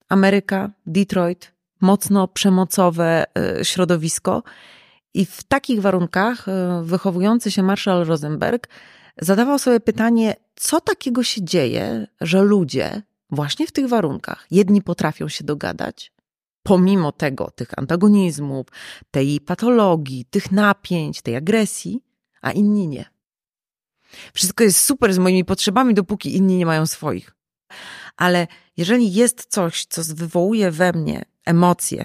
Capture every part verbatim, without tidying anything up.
Ameryka, Detroit, mocno przemocowe środowisko. I w takich warunkach wychowujący się Marshall Rosenberg zadawał sobie pytanie, co takiego się dzieje, że ludzie właśnie w tych warunkach, jedni potrafią się dogadać, pomimo tego, tych antagonizmów, tej patologii, tych napięć, tej agresji, a inni nie. Wszystko jest super z moimi potrzebami, dopóki inni nie mają swoich. Ale jeżeli jest coś, co wywołuje we mnie emocje,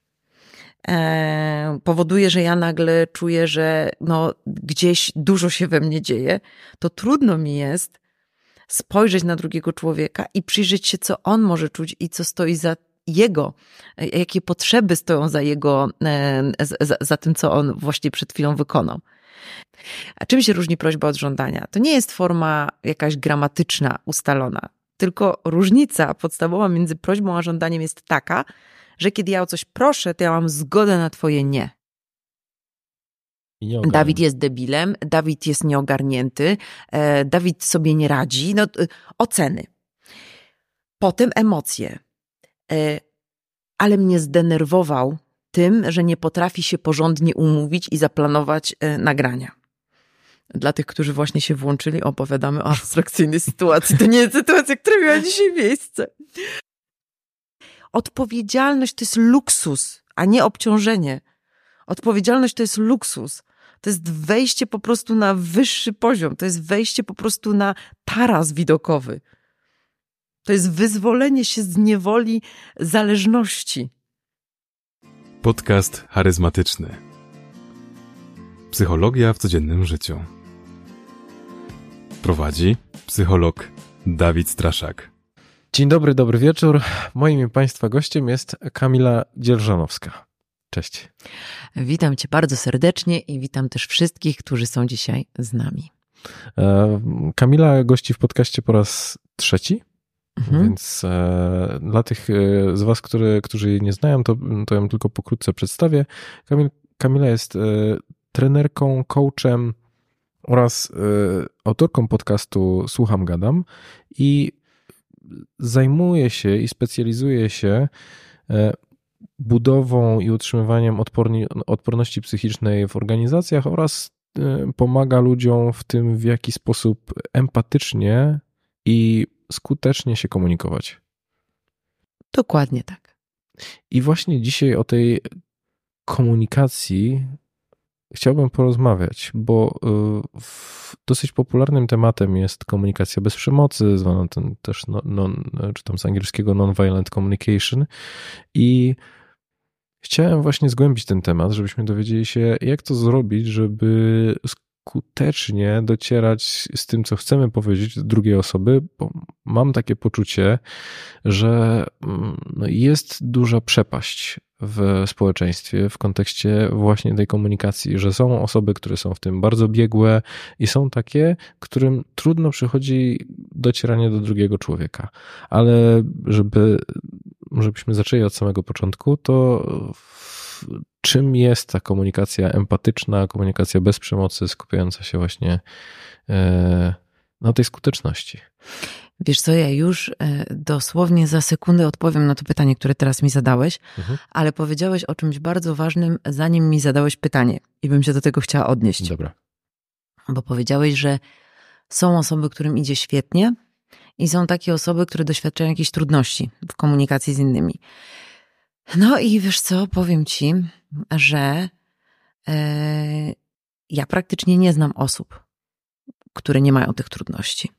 e, powoduje, że ja nagle czuję, że no, gdzieś dużo się we mnie dzieje, to trudno mi jest spojrzeć na drugiego człowieka i przyjrzeć się, co on może czuć i co stoi za jego, jakie potrzeby stoją za jego, za, za tym, co on właśnie przed chwilą wykonał. A czym się różni prośba od żądania? To nie jest forma jakaś gramatyczna, ustalona, tylko różnica podstawowa między prośbą a żądaniem jest taka, że kiedy ja o coś proszę, to ja mam zgodę na twoje nie. Dawid jest debilem, Dawid jest nieogarnięty, Dawid sobie nie radzi. No, oceny. Potem emocje. Ale mnie zdenerwował tym, że nie potrafi się porządnie umówić i zaplanować nagrania. Dla tych, którzy właśnie się włączyli, opowiadamy o abstrakcyjnej sytuacji. To nie jest sytuacja, która miała dzisiaj miejsce. Odpowiedzialność to jest luksus, a nie obciążenie. Odpowiedzialność to jest luksus. To jest wejście po prostu na wyższy poziom. To jest wejście po prostu na taras widokowy. To jest wyzwolenie się z niewoli zależności. Podcast charyzmatyczny. Psychologia w codziennym życiu. Prowadzi psycholog Dawid Straszak. Dzień dobry, dobry wieczór. Moim i Państwa gościem jest Kamila Dzierżanowska. Cześć. Witam Cię bardzo serdecznie i witam też wszystkich, którzy są dzisiaj z nami. Kamila gości w podcaście po raz trzeci. Mhm. Więc e, dla tych e, z Was, które, którzy jej nie znają, to, to ją tylko pokrótce przedstawię. Kamil, Kamila jest e, trenerką, coachem oraz e, autorką podcastu Słucham Gadam i zajmuje się i specjalizuje się e, budową i utrzymywaniem odporni, odporności psychicznej w organizacjach oraz e, pomaga ludziom w tym, w jaki sposób empatycznie i skutecznie się komunikować. Dokładnie tak. I właśnie dzisiaj o tej komunikacji chciałbym porozmawiać, bo dosyć popularnym tematem jest komunikacja bez przemocy, zwana ten też, non, czy tam z angielskiego non-violent communication, i chciałem właśnie zgłębić ten temat, żebyśmy dowiedzieli się, jak to zrobić, żeby skutecznie docierać z tym, co chcemy powiedzieć do drugiej osoby, bo mam takie poczucie, że jest duża przepaść w społeczeństwie w kontekście właśnie tej komunikacji, że są osoby, które są w tym bardzo biegłe i są takie, którym trudno przychodzi docieranie do drugiego człowieka. Ale żeby, żebyśmy zaczęli od samego początku, to czym jest ta komunikacja empatyczna, komunikacja bez przemocy, skupiająca się właśnie na tej skuteczności? Wiesz co, ja już dosłownie za sekundę odpowiem na to pytanie, które teraz mi zadałeś, mhm. ale powiedziałeś o czymś bardzo ważnym, zanim mi zadałeś pytanie i bym się do tego chciała odnieść. Dobra. Bo powiedziałeś, że są osoby, którym idzie świetnie i są takie osoby, które doświadczają jakichś trudności w komunikacji z innymi. No i wiesz co, powiem ci, że yy, ja praktycznie nie znam osób, które nie mają tych trudności.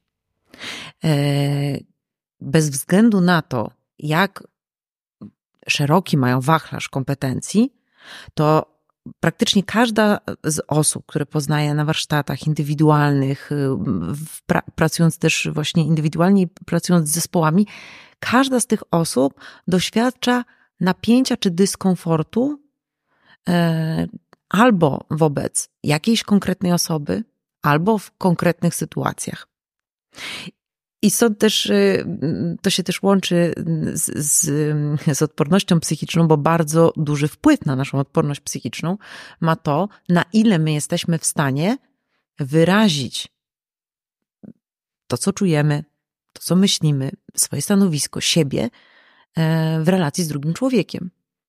Bez względu na to, jak szeroki mają wachlarz kompetencji, to praktycznie każda z osób, które poznaję na warsztatach indywidualnych, pra- pracując też właśnie indywidualnie, pracując z zespołami, każda z tych osób doświadcza napięcia czy dyskomfortu e, albo wobec jakiejś konkretnej osoby, albo w konkretnych sytuacjach. I stąd też, to się też łączy z, z, z odpornością psychiczną, bo bardzo duży wpływ na naszą odporność psychiczną ma to, na ile my jesteśmy w stanie wyrazić to, co czujemy, to, co myślimy, swoje stanowisko, siebie w relacji z drugim człowiekiem.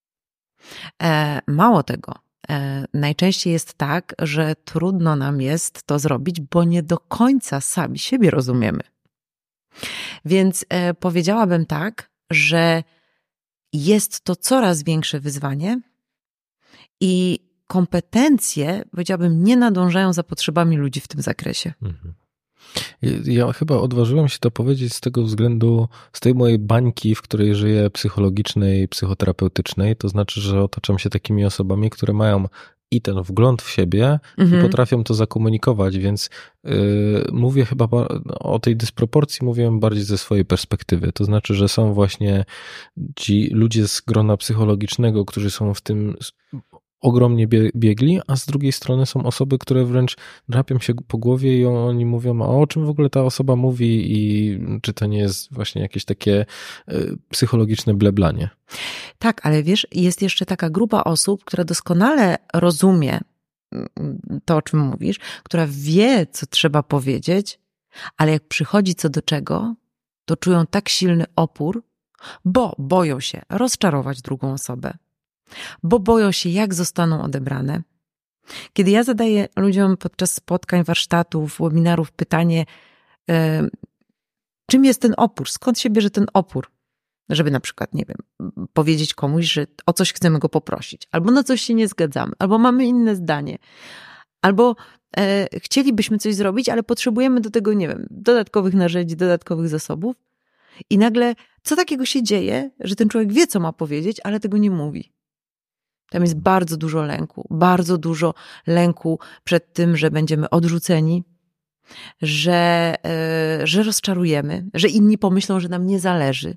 Mało tego, najczęściej jest tak, że trudno nam jest to zrobić, bo nie do końca sami siebie rozumiemy. Więc powiedziałabym tak, że jest to coraz większe wyzwanie i kompetencje, powiedziałabym, nie nadążają za potrzebami ludzi w tym zakresie. Mhm. Ja chyba odważyłem się to powiedzieć z tego względu, z tej mojej bańki, w której żyję, psychologicznej, psychoterapeutycznej, to znaczy, że otaczam się takimi osobami, które mają i ten wgląd w siebie mhm. i potrafią to zakomunikować, więc yy, mówię chyba o tej dysproporcji, mówiłem bardziej ze swojej perspektywy, to znaczy, że są właśnie ci ludzie z grona psychologicznego, którzy są w tym ogromnie biegli, a z drugiej strony są osoby, które wręcz drapią się po głowie i oni mówią, a o czym w ogóle ta osoba mówi i czy to nie jest właśnie jakieś takie psychologiczne bleblanie. Tak, ale wiesz, jest jeszcze taka grupa osób, która doskonale rozumie to, o czym mówisz, która wie, co trzeba powiedzieć, ale jak przychodzi co do czego, to czują tak silny opór, bo boją się rozczarować drugą osobę. Bo boją się, jak zostaną odebrane. Kiedy ja zadaję ludziom podczas spotkań, warsztatów, webinarów pytanie, yy, czym jest ten opór, skąd się bierze ten opór, żeby na przykład, nie wiem, powiedzieć komuś, że o coś chcemy go poprosić, albo na coś się nie zgadzamy, albo mamy inne zdanie, albo yy, chcielibyśmy coś zrobić, ale potrzebujemy do tego, nie wiem, dodatkowych narzędzi, dodatkowych zasobów i nagle co takiego się dzieje, że ten człowiek wie, co ma powiedzieć, ale tego nie mówi. Tam jest bardzo dużo lęku, bardzo dużo lęku przed tym, że będziemy odrzuceni, że, yy, że rozczarujemy, że inni pomyślą, że nam nie zależy.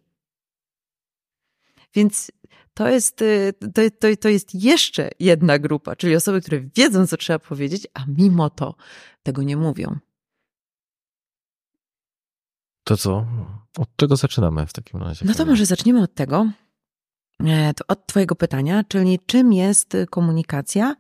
Więc to jest, to, to, to jest jeszcze jedna grupa, czyli osoby, które wiedzą, co trzeba powiedzieć, a mimo to tego nie mówią. To co? Od czego zaczynamy w takim razie? No to może zaczniemy od tego, od twojego pytania, czyli czym jest komunikacja,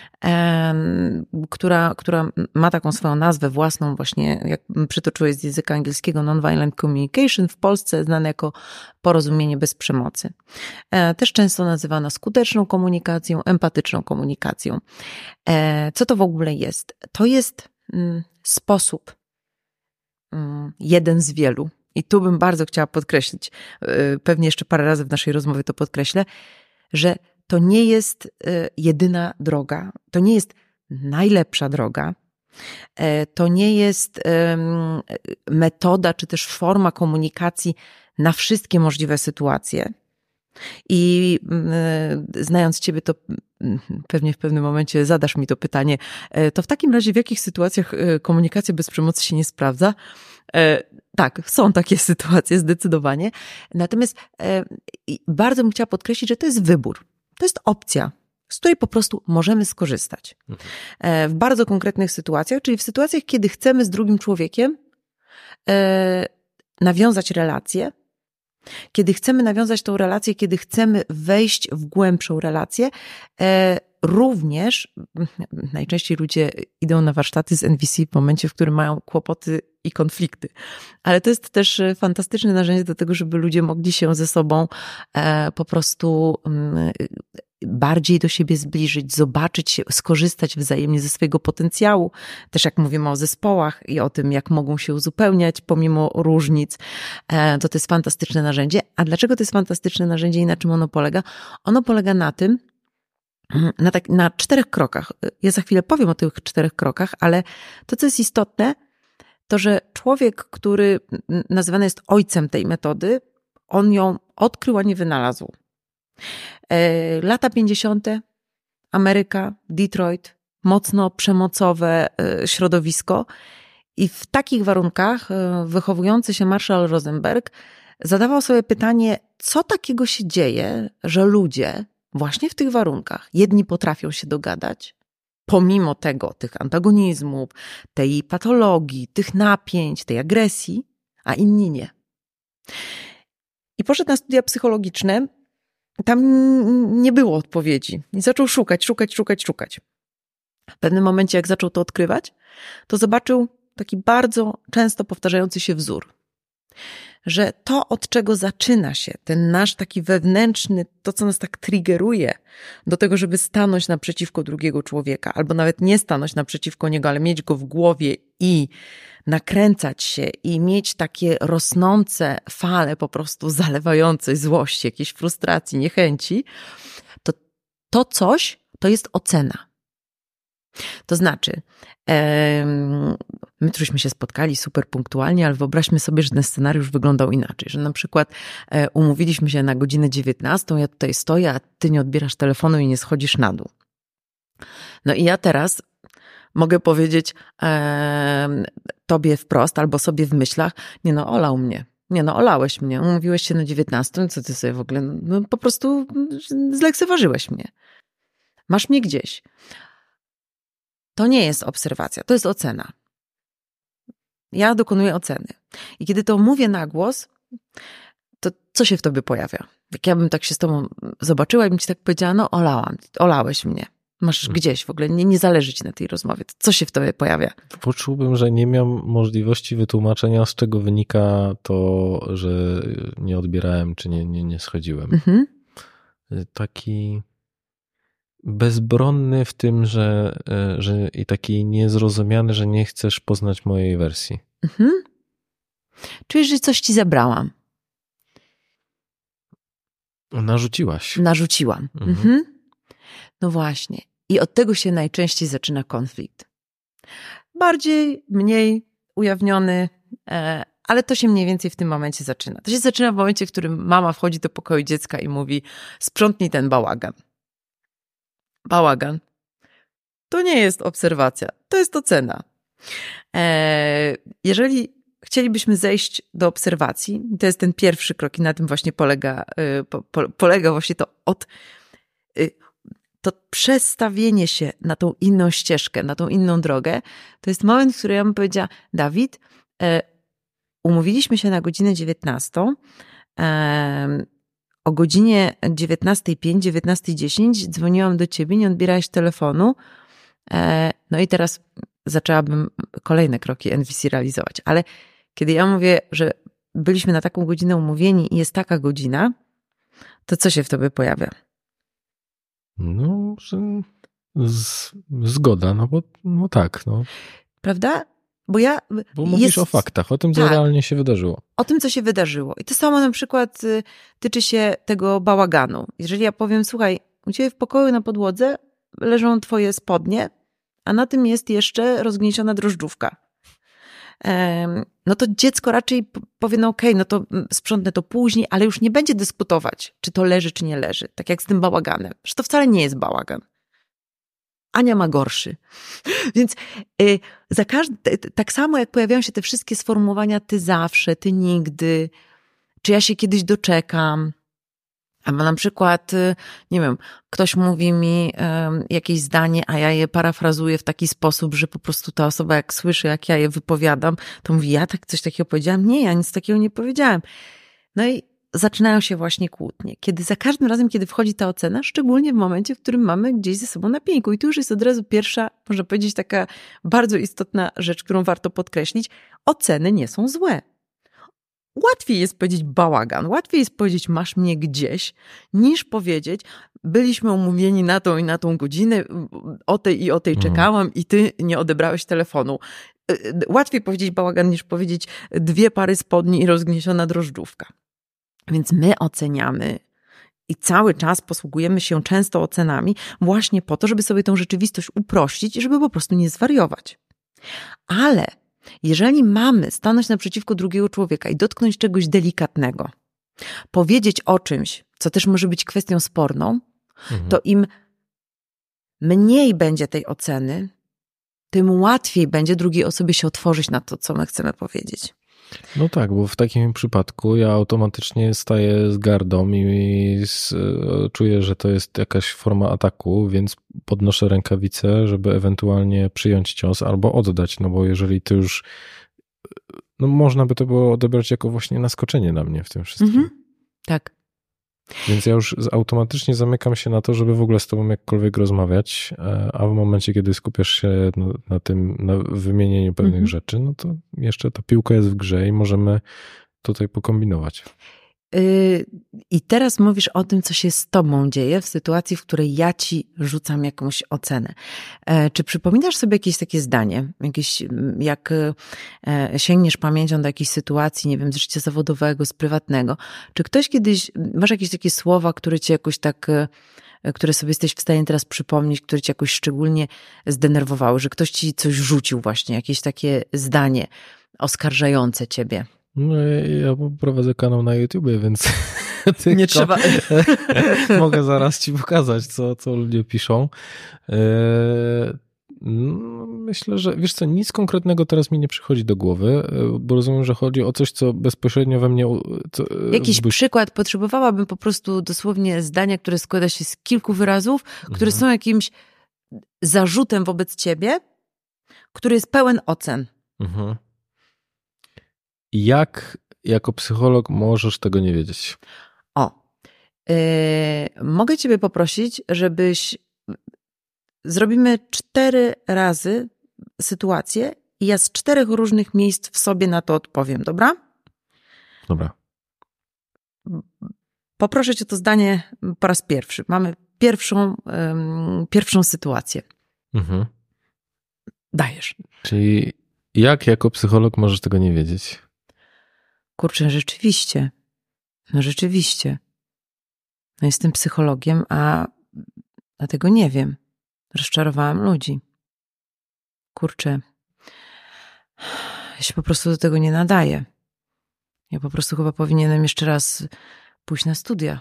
która, która ma taką swoją nazwę własną właśnie, jak przytoczyłeś z języka angielskiego, nonviolent communication, w Polsce znane jako porozumienie bez przemocy. Też często nazywana skuteczną komunikacją, empatyczną komunikacją. Co to w ogóle jest? To jest sposób, jeden z wielu. I tu bym bardzo chciała podkreślić, pewnie jeszcze parę razy w naszej rozmowie to podkreślę, że to nie jest jedyna droga, to nie jest najlepsza droga, to nie jest metoda czy też forma komunikacji na wszystkie możliwe sytuacje. I znając ciebie, to pewnie w pewnym momencie zadasz mi to pytanie, to w takim razie w jakich sytuacjach komunikacja bez przemocy się nie sprawdza? Tak, są takie sytuacje zdecydowanie. Natomiast bardzo bym chciała podkreślić, że to jest wybór. To jest opcja, z której po prostu możemy skorzystać. W bardzo konkretnych sytuacjach, czyli w sytuacjach, kiedy chcemy z drugim człowiekiem nawiązać relację, kiedy chcemy nawiązać tą relację, kiedy chcemy wejść w głębszą relację, również najczęściej ludzie idą na warsztaty z N V C w momencie, w którym mają kłopoty i konflikty. Ale to jest też fantastyczne narzędzie do tego, żeby ludzie mogli się ze sobą po prostu bardziej do siebie zbliżyć, zobaczyć się, skorzystać wzajemnie ze swojego potencjału. Też jak mówimy o zespołach i o tym, jak mogą się uzupełniać pomimo różnic, to to jest fantastyczne narzędzie. A dlaczego to jest fantastyczne narzędzie i na czym ono polega? Ono polega na tym, na, tak, na czterech krokach. Ja za chwilę powiem o tych czterech krokach, ale to, co jest istotne, to, że człowiek, który nazywany jest ojcem tej metody, on ją odkrył, a nie wynalazł. Lata pięćdziesiąte, Ameryka, Detroit, mocno przemocowe środowisko i w takich warunkach wychowujący się Marshall Rosenberg zadawał sobie pytanie, co takiego się dzieje, że ludzie właśnie w tych warunkach, jedni potrafią się dogadać, pomimo tego, tych antagonizmów, tej patologii, tych napięć, tej agresji, a inni nie. I poszedł na studia psychologiczne, tam nie było odpowiedzi. I zaczął szukać, szukać, szukać, szukać. W pewnym momencie, jak zaczął to odkrywać, to zobaczył taki bardzo często powtarzający się wzór. że to, od czego zaczyna się ten nasz taki wewnętrzny, to co nas tak triggeruje do tego, żeby stanąć naprzeciwko drugiego człowieka, albo nawet nie stanąć naprzeciwko niego, ale mieć go w głowie i nakręcać się i mieć takie rosnące fale po prostu zalewającej złości, jakiejś frustracji, niechęci, to to coś to jest ocena. To znaczy, my któryśmy się spotkali super punktualnie, ale wyobraźmy sobie, że ten scenariusz wyglądał inaczej, że na przykład umówiliśmy się na godzinę dziewiętnastą, ja tutaj stoję, a ty nie odbierasz telefonu i nie schodzisz na dół. No i ja teraz mogę powiedzieć e, tobie wprost albo sobie w myślach, nie no, olał mnie. Nie no, olałeś mnie, umówiłeś się na dziewiętnastą, co ty sobie w ogóle, no po prostu zlekceważyłeś mnie. Masz mnie gdzieś. To nie jest obserwacja, to jest ocena. Ja dokonuję oceny. I kiedy to mówię na głos, to co się w tobie pojawia? Jak ja bym tak się z tobą zobaczyła i bym ci tak powiedziała, no olałam, olałeś mnie. Masz hmm. gdzieś w ogóle, nie, nie zależy ci na tej rozmowie. To co się w tobie pojawia? Poczułbym, że nie miałem możliwości wytłumaczenia, z czego wynika to, że nie odbierałem, czy nie, nie, nie schodziłem. Mhm. Taki bezbronny w tym, że, że i taki niezrozumiany, że nie chcesz poznać mojej wersji. Mhm. Czujesz, że coś ci zabrałam? Narzuciłaś. Narzuciłam. Mhm. Mhm. No właśnie. I od tego się najczęściej zaczyna konflikt. Bardziej, mniej ujawniony, ale to się mniej więcej w tym momencie zaczyna. To się zaczyna w momencie, w którym mama wchodzi do pokoju dziecka i mówi: sprzątnij ten bałagan. Bałagan. To nie jest obserwacja, to jest ocena. Jeżeli chcielibyśmy zejść do obserwacji, to jest ten pierwszy krok i na tym właśnie polega, po, po, polega właśnie to od... to przestawienie się na tą inną ścieżkę, na tą inną drogę, to jest moment, w którym ja bym powiedziała: Dawid, umówiliśmy się na godzinę dziewiętnastą, o godzinie dziewiętnasta pięć, dziewiętnasta dziesięć dzwoniłam do ciebie, nie odbierałeś telefonu, no i teraz zaczęłabym kolejne kroki N V C realizować, ale kiedy ja mówię, że byliśmy na taką godzinę umówieni i jest taka godzina, to co się w tobie pojawia? No, że z, zgoda, no bo no tak. No. Prawda? Bo ja... Bo mówisz jest, o faktach, o tym, co tak, realnie się wydarzyło. O tym, co się wydarzyło. I to samo na przykład tyczy się tego bałaganu. Jeżeli ja powiem: słuchaj, u ciebie w pokoju na podłodze leżą twoje spodnie, a na tym jest jeszcze rozgnieciona drożdżówka. No to dziecko raczej powie: no okej, okay, no to sprzątnę to później, ale już nie będzie dyskutować, czy to leży, czy nie leży. Tak jak z tym bałaganem. Że to wcale nie jest bałagan. Ania ma gorszy. Więc y, za każdy, tak samo jak pojawiają się te wszystkie sformułowania: ty zawsze, ty nigdy, czy ja się kiedyś doczekam. Albo na przykład, nie wiem, ktoś mówi mi um, jakieś zdanie, a ja je parafrazuję w taki sposób, że po prostu ta osoba, jak słyszy, jak ja je wypowiadam, to mówi: ja tak coś takiego powiedziałam? Nie, ja nic takiego nie powiedziałem. No i zaczynają się właśnie kłótnie. Kiedy za każdym razem, kiedy wchodzi ta ocena, szczególnie w momencie, w którym mamy gdzieś ze sobą napięku. I tu już jest od razu pierwsza, można powiedzieć, taka bardzo istotna rzecz, którą warto podkreślić. Oceny nie są złe. Łatwiej jest powiedzieć bałagan, łatwiej jest powiedzieć masz mnie gdzieś, niż powiedzieć byliśmy umówieni na tą i na tą godzinę, o tej i o tej czekałam i ty nie odebrałeś telefonu. Łatwiej powiedzieć bałagan, niż powiedzieć dwie pary spodni i rozgniesiona drożdżówka. Więc my oceniamy i cały czas posługujemy się często ocenami właśnie po to, żeby sobie tą rzeczywistość uprościć i żeby po prostu nie zwariować. Ale jeżeli mamy stanąć naprzeciwko drugiego człowieka i dotknąć czegoś delikatnego, powiedzieć o czymś, co też może być kwestią sporną, mhm. to im mniej będzie tej oceny, tym łatwiej będzie drugiej osobie się otworzyć na to, co my chcemy powiedzieć. No tak, bo w takim przypadku ja automatycznie staję z gardą i z, czuję, że to jest jakaś forma ataku, więc podnoszę rękawice, żeby ewentualnie przyjąć cios albo oddać, no bo jeżeli ty już, no można by to było odebrać jako właśnie naskoczenie na mnie w tym wszystkim. Mhm. Tak. Więc ja już automatycznie zamykam się na to, żeby w ogóle z tobą jakkolwiek rozmawiać, a w momencie, kiedy skupiasz się na, na tym, na wymienieniu pewnych mhm. rzeczy, no to jeszcze ta piłka jest w grze i możemy tutaj pokombinować. I teraz mówisz o tym, co się z tobą dzieje w sytuacji, w której ja ci rzucam jakąś ocenę. Czy przypominasz sobie jakieś takie zdanie, jakieś, jak sięgniesz pamięcią do jakiejś sytuacji, nie wiem, z życia zawodowego, z prywatnego, czy ktoś kiedyś, masz jakieś takie słowa, które cię jakoś tak, które sobie jesteś w stanie teraz przypomnieć, które cię jakoś szczególnie zdenerwowały, że ktoś ci coś rzucił właśnie, jakieś takie zdanie oskarżające ciebie? No ja prowadzę kanał na YouTubie, więc nie trzeba. Mogę zaraz ci pokazać, co, co ludzie piszą. Myślę, że wiesz co, nic konkretnego teraz mi nie przychodzi do głowy, bo rozumiem, że chodzi o coś, co bezpośrednio we mnie... Co, Jakiś by... przykład, potrzebowałabym po prostu dosłownie zdania, które składa się z kilku wyrazów, które mhm. są jakimś zarzutem wobec ciebie, który jest pełen ocen. Mhm. Jak jako psycholog możesz tego nie wiedzieć? O, yy, mogę ciebie poprosić, żebyś zrobimy cztery razy sytuację i ja z czterech różnych miejsc w sobie na to odpowiem, dobra? Dobra. Poproszę cię o to zdanie po raz pierwszy. Mamy pierwszą, um, pierwszą sytuację. Mhm. Dajesz. Czyli jak jako psycholog możesz tego nie wiedzieć? Kurczę, rzeczywiście. No rzeczywiście. No jestem psychologiem, a, a tego nie wiem. Rozczarowałam ludzi. Kurczę. Ja się po prostu do tego nie nadaję. Ja po prostu chyba powinienem jeszcze raz pójść na studia.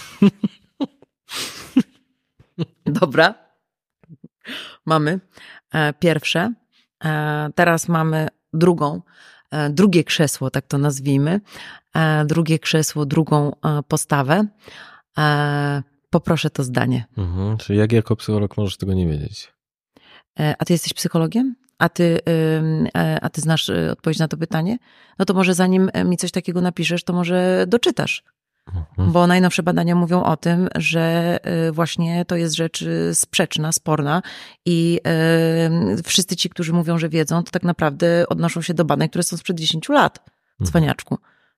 Dobra. Mamy pierwsze. Teraz mamy drugą. Drugie krzesło, tak to nazwijmy. Drugie krzesło, drugą postawę. Poproszę to zdanie. Mhm, czyli jak jako psycholog możesz tego nie wiedzieć? A ty jesteś psychologiem? A ty, a ty znasz odpowiedź na to pytanie? No to może zanim mi coś takiego napiszesz, to może doczytasz. Mhm. Bo najnowsze badania mówią o tym, że właśnie to jest rzecz sprzeczna, sporna i wszyscy ci, którzy mówią, że wiedzą, to tak naprawdę odnoszą się do badań, które są sprzed dziesięciu lat. Cwaniaczku.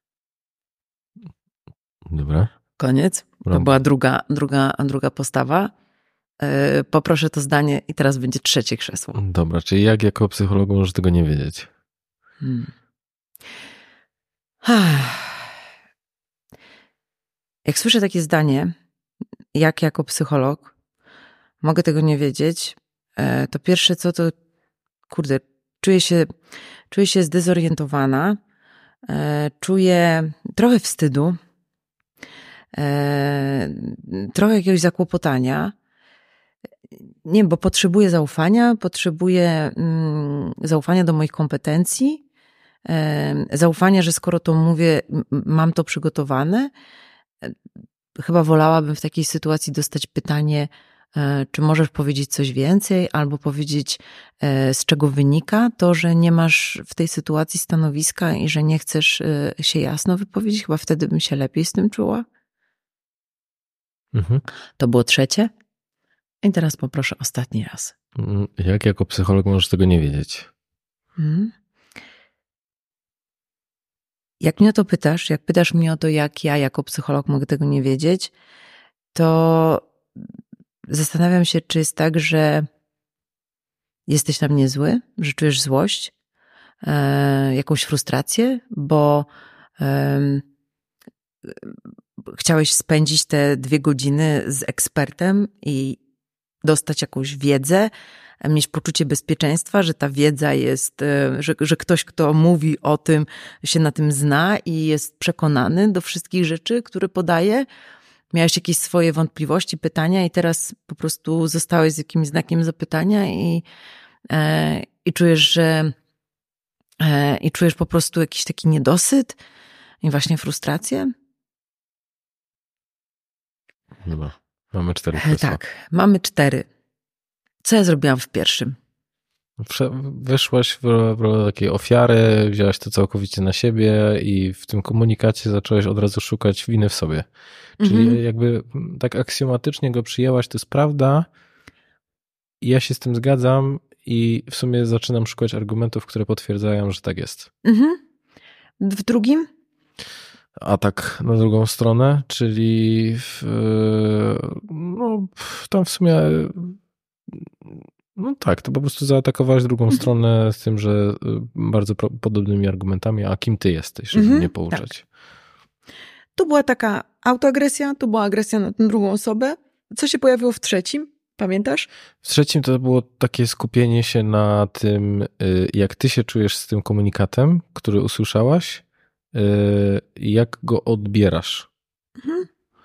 Dobra. Koniec. To była druga, druga, druga postawa. Poproszę to zdanie i teraz będzie trzecie krzesło. Dobra, czyli jak jako psycholog możesz tego nie wiedzieć? Hmm. Jak słyszę takie zdanie, jak jako psycholog mogę tego nie wiedzieć, to pierwsze co to, kurde, czuję się, czuję się zdezorientowana, czuję trochę wstydu, trochę jakiegoś zakłopotania. Nie wiem, bo potrzebuję zaufania, potrzebuję zaufania do moich kompetencji, zaufania, że skoro to mówię, mam to przygotowane. Chyba wolałabym w takiej sytuacji dostać pytanie, czy możesz powiedzieć coś więcej, albo powiedzieć, z czego wynika to, że nie masz w tej sytuacji stanowiska i że nie chcesz się jasno wypowiedzieć. Chyba wtedy bym się lepiej z tym czuła. Mhm. To było trzecie. I teraz poproszę ostatni raz. Jak jako psycholog możesz tego nie wiedzieć? Hmm. Jak mnie o to pytasz, jak pytasz mnie o to, jak ja jako psycholog mogę tego nie wiedzieć, to zastanawiam się, czy jest tak, że jesteś na mnie zły, że czujesz złość, e, jakąś frustrację, bo e, chciałeś spędzić te dwie godziny z ekspertem i dostać jakąś wiedzę, mieć poczucie bezpieczeństwa, że ta wiedza jest, że, że ktoś, kto mówi o tym, się na tym zna i jest przekonany do wszystkich rzeczy, które podaje. Miałeś jakieś swoje wątpliwości, pytania i teraz po prostu zostałeś z jakimś znakiem zapytania i, e, i czujesz, że e, i czujesz po prostu jakiś taki niedosyt i właśnie frustrację. Dobra, mamy cztery krzesła. Tak, mamy cztery. Co ja zrobiłam w pierwszym? Wyszłaś w rolę takiej ofiary, wzięłaś to całkowicie na siebie i w tym komunikacie zaczęłaś od razu szukać winy w sobie. Czyli mhm. jakby tak aksjomatycznie go przyjęłaś, to jest prawda. I ja się z tym zgadzam i w sumie zaczynam szukać argumentów, które potwierdzają, że tak jest. Mhm. W drugim? atak na drugą stronę, czyli w, no, tam w sumie no tak, to po prostu zaatakowałeś drugą Mhm. stronę z tym, że bardzo pro- podobnymi argumentami, a kim ty jesteś, żeby Mhm, mnie pouczać. tak. Tu była taka autoagresja, tu była agresja na tę drugą osobę. Co się pojawiło w trzecim? Pamiętasz? W trzecim to było takie skupienie się na tym, y, jak ty się czujesz z tym komunikatem, który usłyszałaś, y, jak go odbierasz. Mhm.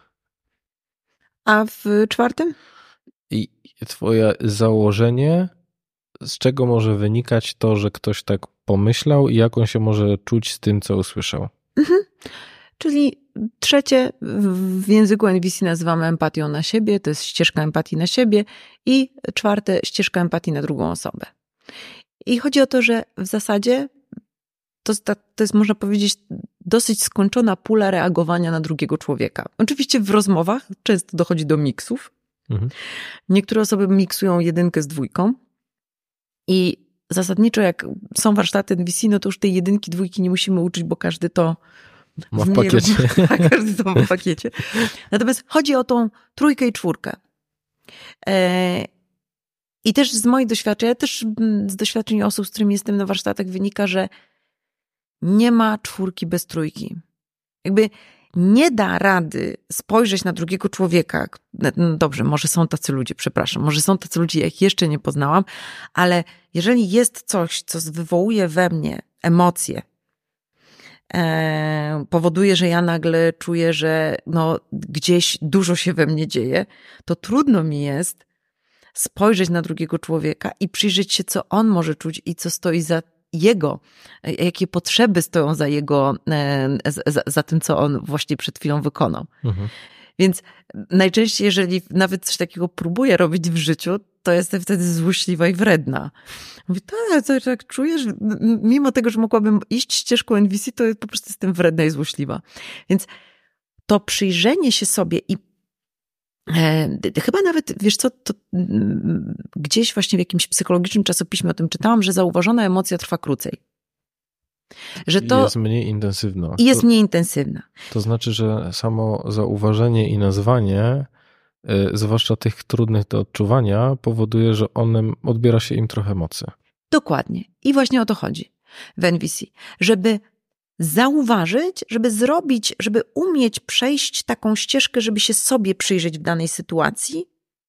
A w czwartym? I twoje założenie, z czego może wynikać to, że ktoś tak pomyślał i jak on się może czuć z tym, co usłyszał. Mhm. Czyli trzecie w języku N V C nazywamy empatią na siebie, to jest ścieżka empatii na siebie, i czwarte ścieżka empatii na drugą osobę. I chodzi o to, że w zasadzie to, to jest, można powiedzieć, dosyć skończona pula reagowania na drugiego człowieka. Oczywiście w rozmowach często dochodzi do miksów. Mhm. Niektóre osoby miksują jedynkę z dwójką i zasadniczo jak są warsztaty N V C, no to już tej jedynki, dwójki nie musimy uczyć, bo każdy to ma w pakiecie. Tak, każdy to ma w pakiecie. Natomiast chodzi o tą trójkę i czwórkę. I też z moich doświadczeń, ale też z doświadczeń osób, z którymi jestem na warsztatach, wynika, że nie ma czwórki bez trójki. Jakby nie da rady spojrzeć na drugiego człowieka. No dobrze, może są tacy ludzie, przepraszam, może są tacy ludzie, jak jeszcze nie poznałam, ale jeżeli jest coś, co wywołuje we mnie emocje, e, powoduje, że ja nagle czuję, że no, gdzieś dużo się we mnie dzieje, to trudno mi jest spojrzeć na drugiego człowieka i przyjrzeć się, co on może czuć i co stoi za jego, jakie potrzeby stoją za jego, za, za tym, co on właśnie przed chwilą wykonał. Mhm. Więc najczęściej, jeżeli nawet coś takiego próbuję robić w życiu, to jestem wtedy złośliwa i wredna. Mówię, tak, tak, tak czujesz, mimo tego, że mogłabym iść ścieżką N V C, to po prostu jestem wredna i złośliwa. Więc to przyjrzenie się sobie i e, chyba nawet, wiesz co, to gdzieś właśnie w jakimś psychologicznym czasopiśmie o tym czytałam, że zauważona emocja trwa krócej. Że to jest mniej intensywna. I jest to, mniej intensywna. To znaczy, że samo zauważenie i nazwanie, y, zwłaszcza tych trudnych do odczuwania, powoduje, że one, odbiera się im trochę mocy. Dokładnie. I właśnie o to chodzi w N V C. Żeby zauważyć, żeby zrobić, żeby umieć przejść taką ścieżkę, żeby się sobie przyjrzeć w danej sytuacji.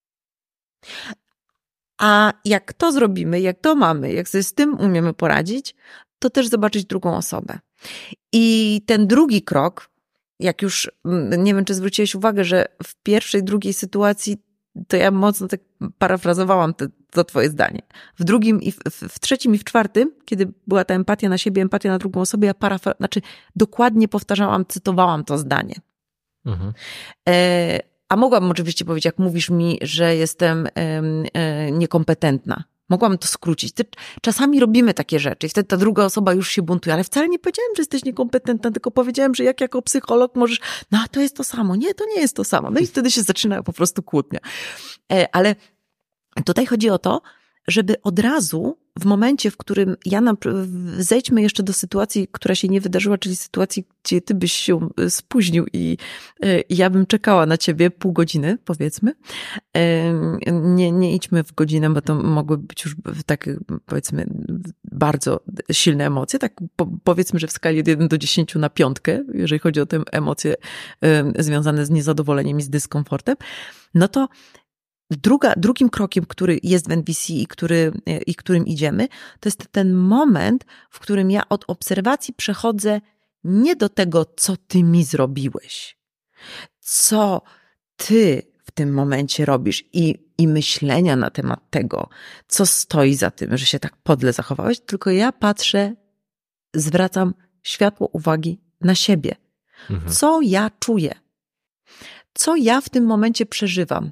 A jak to zrobimy, jak to mamy, jak sobie z tym umiemy poradzić, to też zobaczyć drugą osobę. I ten drugi krok, jak już, nie wiem, czy zwróciłeś uwagę, że w pierwszej, drugiej sytuacji to ja mocno tak parafrazowałam te, to twoje zdanie. W drugim i w, w trzecim i w czwartym, kiedy była ta empatia na siebie, empatia na drugą osobę, ja parafra, znaczy dokładnie powtarzałam, cytowałam to zdanie. Mhm. E, a mogłabym oczywiście powiedzieć, jak mówisz mi, że jestem e, e, niekompetentna. Mogłam to skrócić. Ty, czasami robimy takie rzeczy i wtedy ta druga osoba już się buntuje, ale wcale nie powiedziałem, że jesteś niekompetentna, tylko powiedziałem, że jak jako psycholog możesz, no to jest to samo. Nie, to nie jest to samo. No i wtedy się zaczyna po prostu kłótnia. Ale tutaj chodzi o to, żeby od razu w momencie, w którym ja nam, zejdźmy jeszcze do sytuacji, która się nie wydarzyła, czyli sytuacji, gdzie ty byś się spóźnił i, i ja bym czekała na ciebie pół godziny, powiedzmy. Nie, nie idźmy w godzinę, bo to mogły być już takie, powiedzmy, bardzo silne emocje. Tak po, powiedzmy, że w skali od jeden do dziesięciu na piątkę, jeżeli chodzi o te emocje związane z niezadowoleniem i z dyskomfortem, no to Druga, drugim krokiem, który jest w N V C i, który, i którym idziemy, to jest ten moment, w którym ja od obserwacji przechodzę nie do tego, co ty mi zrobiłeś, co ty w tym momencie robisz i, i myślenia na temat tego, co stoi za tym, że się tak podle zachowałeś, tylko ja patrzę, zwracam światło uwagi na siebie. Mhm. Co ja czuję? Co ja w tym momencie przeżywam?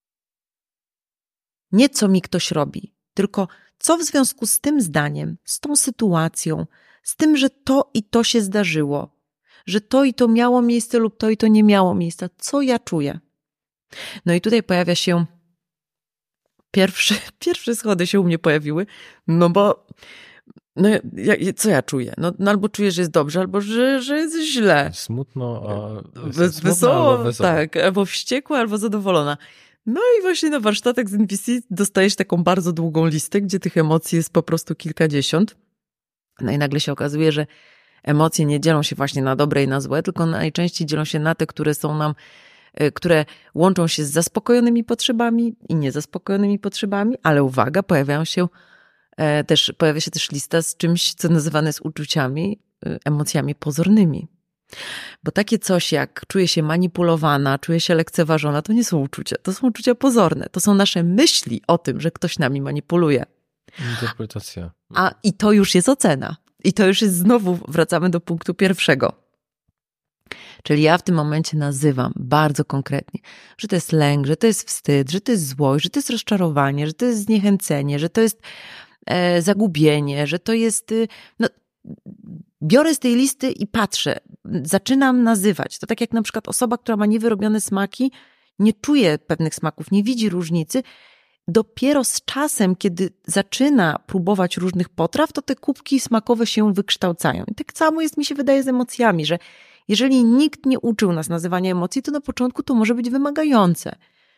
Nie co mi ktoś robi, tylko co w związku z tym zdaniem, z tą sytuacją, z tym, że to i to się zdarzyło, że to i to miało miejsce lub to i to nie miało miejsca, co ja czuję. No i tutaj pojawia się, pierwsze, pierwsze schody się u mnie pojawiły, no bo no ja, co ja czuję? No, no albo czuję, że jest dobrze, albo że, że jest źle. Smutno, a Wes- smutno wesoło, albo wesoło. tak, albo wściekła, albo zadowolona. No i właśnie na warsztatach z N P C dostajesz taką bardzo długą listę, gdzie tych emocji jest po prostu kilkadziesiąt. No i nagle się okazuje, że emocje nie dzielą się właśnie na dobre i na złe, tylko najczęściej dzielą się na te, które są nam, które łączą się z zaspokojonymi potrzebami i niezaspokojonymi potrzebami, ale uwaga, pojawiają się też, pojawia się też lista z czymś, co nazywane jest uczuciami, emocjami pozornymi. Bo takie coś jak czuję się manipulowana, czuję się lekceważona, to nie są uczucia, to są uczucia pozorne. To są nasze myśli o tym, że ktoś nami manipuluje. Interpretacja. A i to już jest ocena. I to już jest znowu, wracamy do punktu pierwszego. Czyli ja w tym momencie nazywam bardzo konkretnie, że to jest lęk, że to jest wstyd, że to jest złość, że to jest rozczarowanie, że to jest zniechęcenie, że to jest e, zagubienie, że to jest... No, biorę z tej listy i patrzę, zaczynam nazywać. To tak jak na przykład osoba, która ma niewyrobione smaki, nie czuje pewnych smaków, nie widzi różnicy. Dopiero z czasem, kiedy zaczyna próbować różnych potraw, to te kubki smakowe się wykształcają. I tak samo jest, mi się wydaje, z emocjami, że jeżeli nikt nie uczył nas nazywania emocji, to na początku to może być wymagające.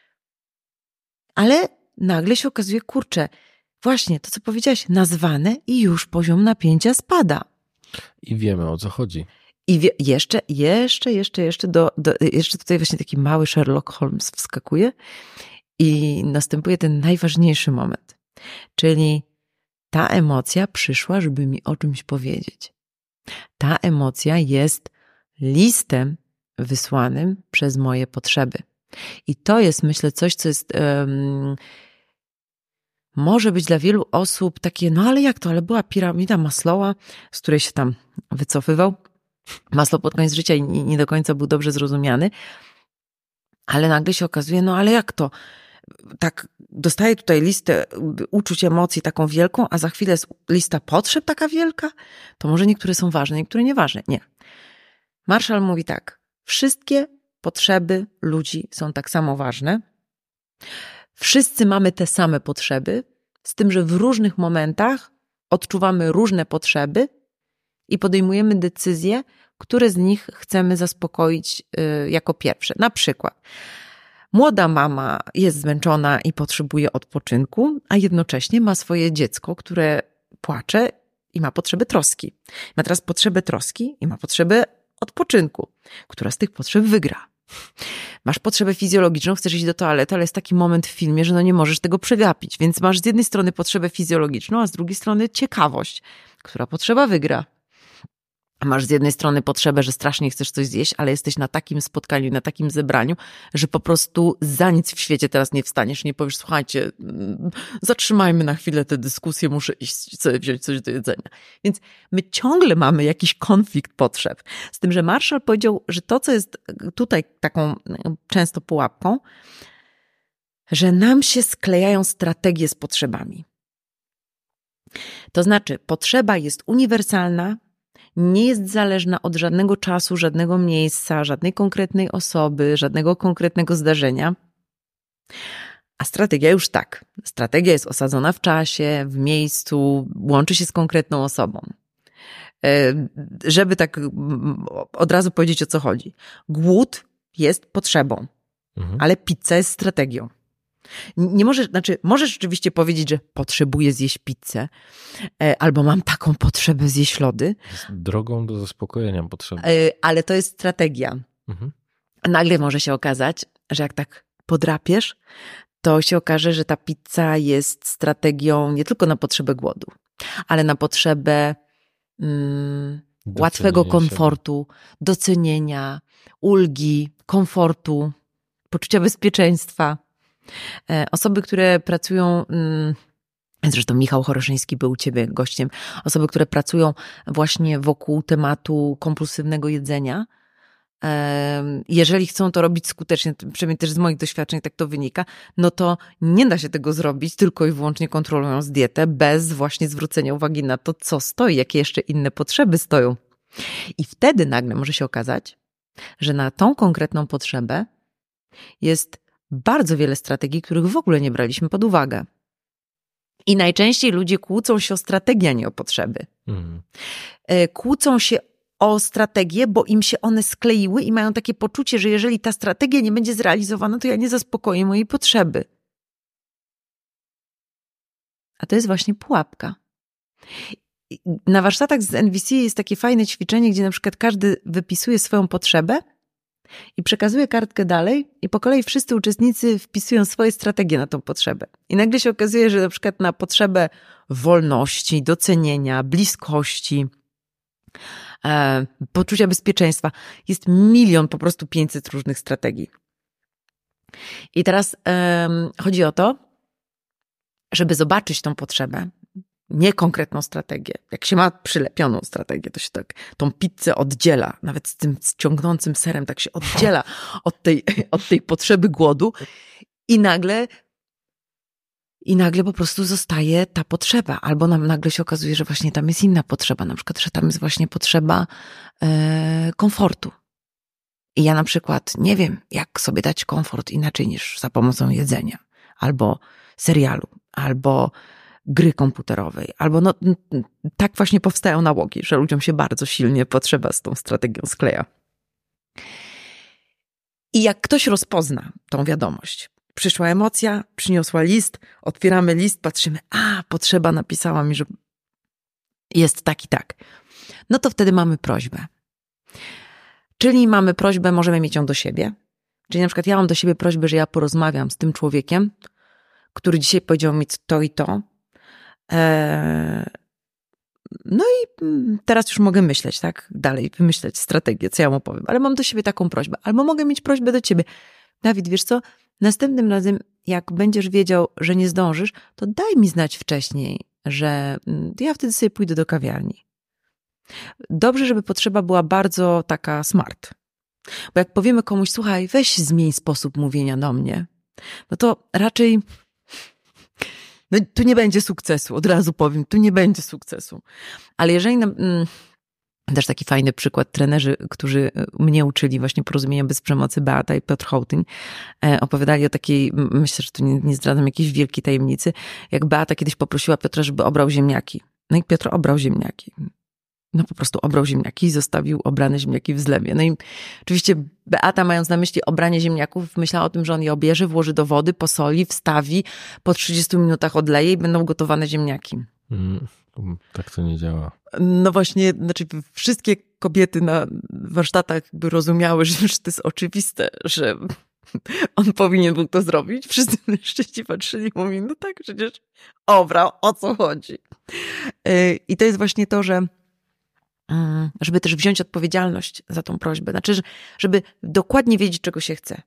Ale nagle się okazuje, kurczę, właśnie to, co powiedziałaś, nazwane i już poziom napięcia spada. I wiemy, o co chodzi. I wie, jeszcze, jeszcze, jeszcze, jeszcze, do, do, jeszcze tutaj właśnie taki mały Sherlock Holmes wskakuje i następuje ten najważniejszy moment. Czyli ta emocja przyszła, żeby mi o czymś powiedzieć. Ta emocja jest listem wysłanym przez moje potrzeby. I to jest, myślę, coś, co jest... Um, może być dla wielu osób takie, no ale jak to, ale była piramida Maslowa, z której się tam wycofywał. Maslow pod koniec życia i nie do końca był dobrze zrozumiany, ale nagle się okazuje, no ale jak to? Tak, dostaję tutaj listę uczuć, emocji taką wielką, a za chwilę jest lista potrzeb taka wielka? To może niektóre są ważne, niektóre nieważne. Nie. Marshall mówi tak, wszystkie potrzeby ludzi są tak samo ważne. Wszyscy mamy te same potrzeby, z tym, że w różnych momentach odczuwamy różne potrzeby i podejmujemy decyzje, które z nich chcemy zaspokoić jako pierwsze. Na przykład młoda mama jest zmęczona i potrzebuje odpoczynku, a jednocześnie ma swoje dziecko, które płacze i ma potrzebę troski. Ma teraz potrzebę troski i ma potrzebę odpoczynku. Która z tych potrzeb wygra? Masz potrzebę fizjologiczną, chcesz iść do toalety, ale jest taki moment w filmie, że no nie możesz tego przegapić. Więc masz z jednej strony potrzebę fizjologiczną, a z drugiej strony ciekawość. Która potrzeba wygra? Masz z jednej strony potrzebę, że strasznie chcesz coś zjeść, ale jesteś na takim spotkaniu, na takim zebraniu, że po prostu za nic w świecie teraz nie wstaniesz, nie powiesz, słuchajcie, zatrzymajmy na chwilę tę dyskusję, muszę iść sobie wziąć coś do jedzenia. Więc my ciągle mamy jakiś konflikt potrzeb. Z tym, że Marshall powiedział, że to, co jest tutaj taką często pułapką, że nam się sklejają strategie z potrzebami. To znaczy, potrzeba jest uniwersalna, nie jest zależna od żadnego czasu, żadnego miejsca, żadnej konkretnej osoby, żadnego konkretnego zdarzenia. A strategia już tak. Strategia jest osadzona w czasie, w miejscu, łączy się z konkretną osobą. Żeby tak od razu powiedzieć, o co chodzi. Głód jest potrzebą, mhm. ale pizza jest strategią. Nie możesz, znaczy, możesz rzeczywiście powiedzieć, że potrzebuję zjeść pizzę, albo mam taką potrzebę zjeść lody. Jest drogą do zaspokojenia potrzeby. Ale to jest strategia. Mhm. Nagle może się okazać, że jak tak podrapiesz, to się okaże, że ta pizza jest strategią nie tylko na potrzebę głodu, ale na potrzebę mm, łatwego komfortu, siebie. Docenienia, ulgi, komfortu, poczucia bezpieczeństwa. Osoby, które pracują, zresztą Michał Choroszyński był u ciebie gościem, osoby, które pracują właśnie wokół tematu kompulsywnego jedzenia, jeżeli chcą to robić skutecznie, przynajmniej też z moich doświadczeń tak to wynika, no to nie da się tego zrobić tylko i wyłącznie kontrolując dietę, bez właśnie zwrócenia uwagi na to, co stoi, jakie jeszcze inne potrzeby stoją. I wtedy nagle może się okazać, że na tą konkretną potrzebę jest bardzo wiele strategii, których w ogóle nie braliśmy pod uwagę. I najczęściej ludzie kłócą się o strategię, a nie o potrzeby. Mhm. Kłócą się o strategię, bo im się one skleiły i mają takie poczucie, że jeżeli ta strategia nie będzie zrealizowana, to ja nie zaspokoję mojej potrzeby. A to jest właśnie pułapka. Na warsztatach z N V C jest takie fajne ćwiczenie, gdzie na przykład każdy wypisuje swoją potrzebę i przekazuje kartkę dalej i po kolei wszyscy uczestnicy wpisują swoje strategie na tą potrzebę. I nagle się okazuje, że na przykład na potrzebę wolności, docenienia, bliskości, e, poczucia bezpieczeństwa jest milion, po prostu pięćset różnych strategii. I teraz e, chodzi o to, żeby zobaczyć tą potrzebę, nie konkretną strategię. Jak się ma przylepioną strategię, to się tak tą pizzę oddziela, nawet z tym ciągnącym serem tak się oddziela od tej, od tej potrzeby głodu i nagle i nagle po prostu zostaje ta potrzeba. Albo nam nagle się okazuje, że właśnie tam jest inna potrzeba, na przykład, że tam jest właśnie potrzeba e, komfortu. I ja na przykład nie wiem, jak sobie dać komfort inaczej niż za pomocą jedzenia, albo serialu, albo gry komputerowej, albo no, tak właśnie powstają nałogi, że ludziom się bardzo silnie potrzeba z tą strategią skleja. I jak ktoś rozpozna tą wiadomość, przyszła emocja, przyniosła list, otwieramy list, patrzymy, a potrzeba napisała mi, że jest tak i tak. No to wtedy mamy prośbę. Czyli mamy prośbę, możemy mieć ją do siebie. Czyli na przykład ja mam do siebie prośbę, że ja porozmawiam z tym człowiekiem, który dzisiaj powiedział mi to i to. No i teraz już mogę myśleć, tak? Dalej wymyśleć strategię, co ja mu powiem. Ale mam do siebie taką prośbę. Albo mogę mieć prośbę do ciebie. Dawid, wiesz co? Następnym razem, jak będziesz wiedział, że nie zdążysz, to daj mi znać wcześniej, że ja wtedy sobie pójdę do kawiarni. Dobrze, żeby potrzeba była bardzo taka smart. Bo jak powiemy komuś, słuchaj, weź zmień sposób mówienia do mnie, no to raczej no, tu nie będzie sukcesu, od razu powiem, tu nie będzie sukcesu. Ale jeżeli nam, mm, też taki fajny przykład, trenerzy, którzy mnie uczyli właśnie Porozumienia bez przemocy, Beata i Piotr Hołtyń, e, opowiadali o takiej, myślę, że tu nie, nie zdradzam jakiejś wielkiej tajemnicy, jak Beata kiedyś poprosiła Piotra, żeby obrał ziemniaki. No i Piotr obrał ziemniaki. No po prostu obrał ziemniaki i zostawił obrane ziemniaki w zlewie. No i oczywiście Beata, mając na myśli obranie ziemniaków, myślała o tym, że on je obierze, włoży do wody, posoli, wstawi, po trzydziestu minutach odleje i będą gotowane ziemniaki. Mm, tak to nie działa. No właśnie, znaczy wszystkie kobiety na warsztatach by rozumiały, że już to jest oczywiste, że on powinien był to zrobić. Wszyscy mężczyźni patrzyli i mówili, no tak, przecież obrał, o co chodzi? I to jest właśnie to, że żeby też wziąć odpowiedzialność za tą prośbę. Znaczy, żeby dokładnie wiedzieć, czego się chce.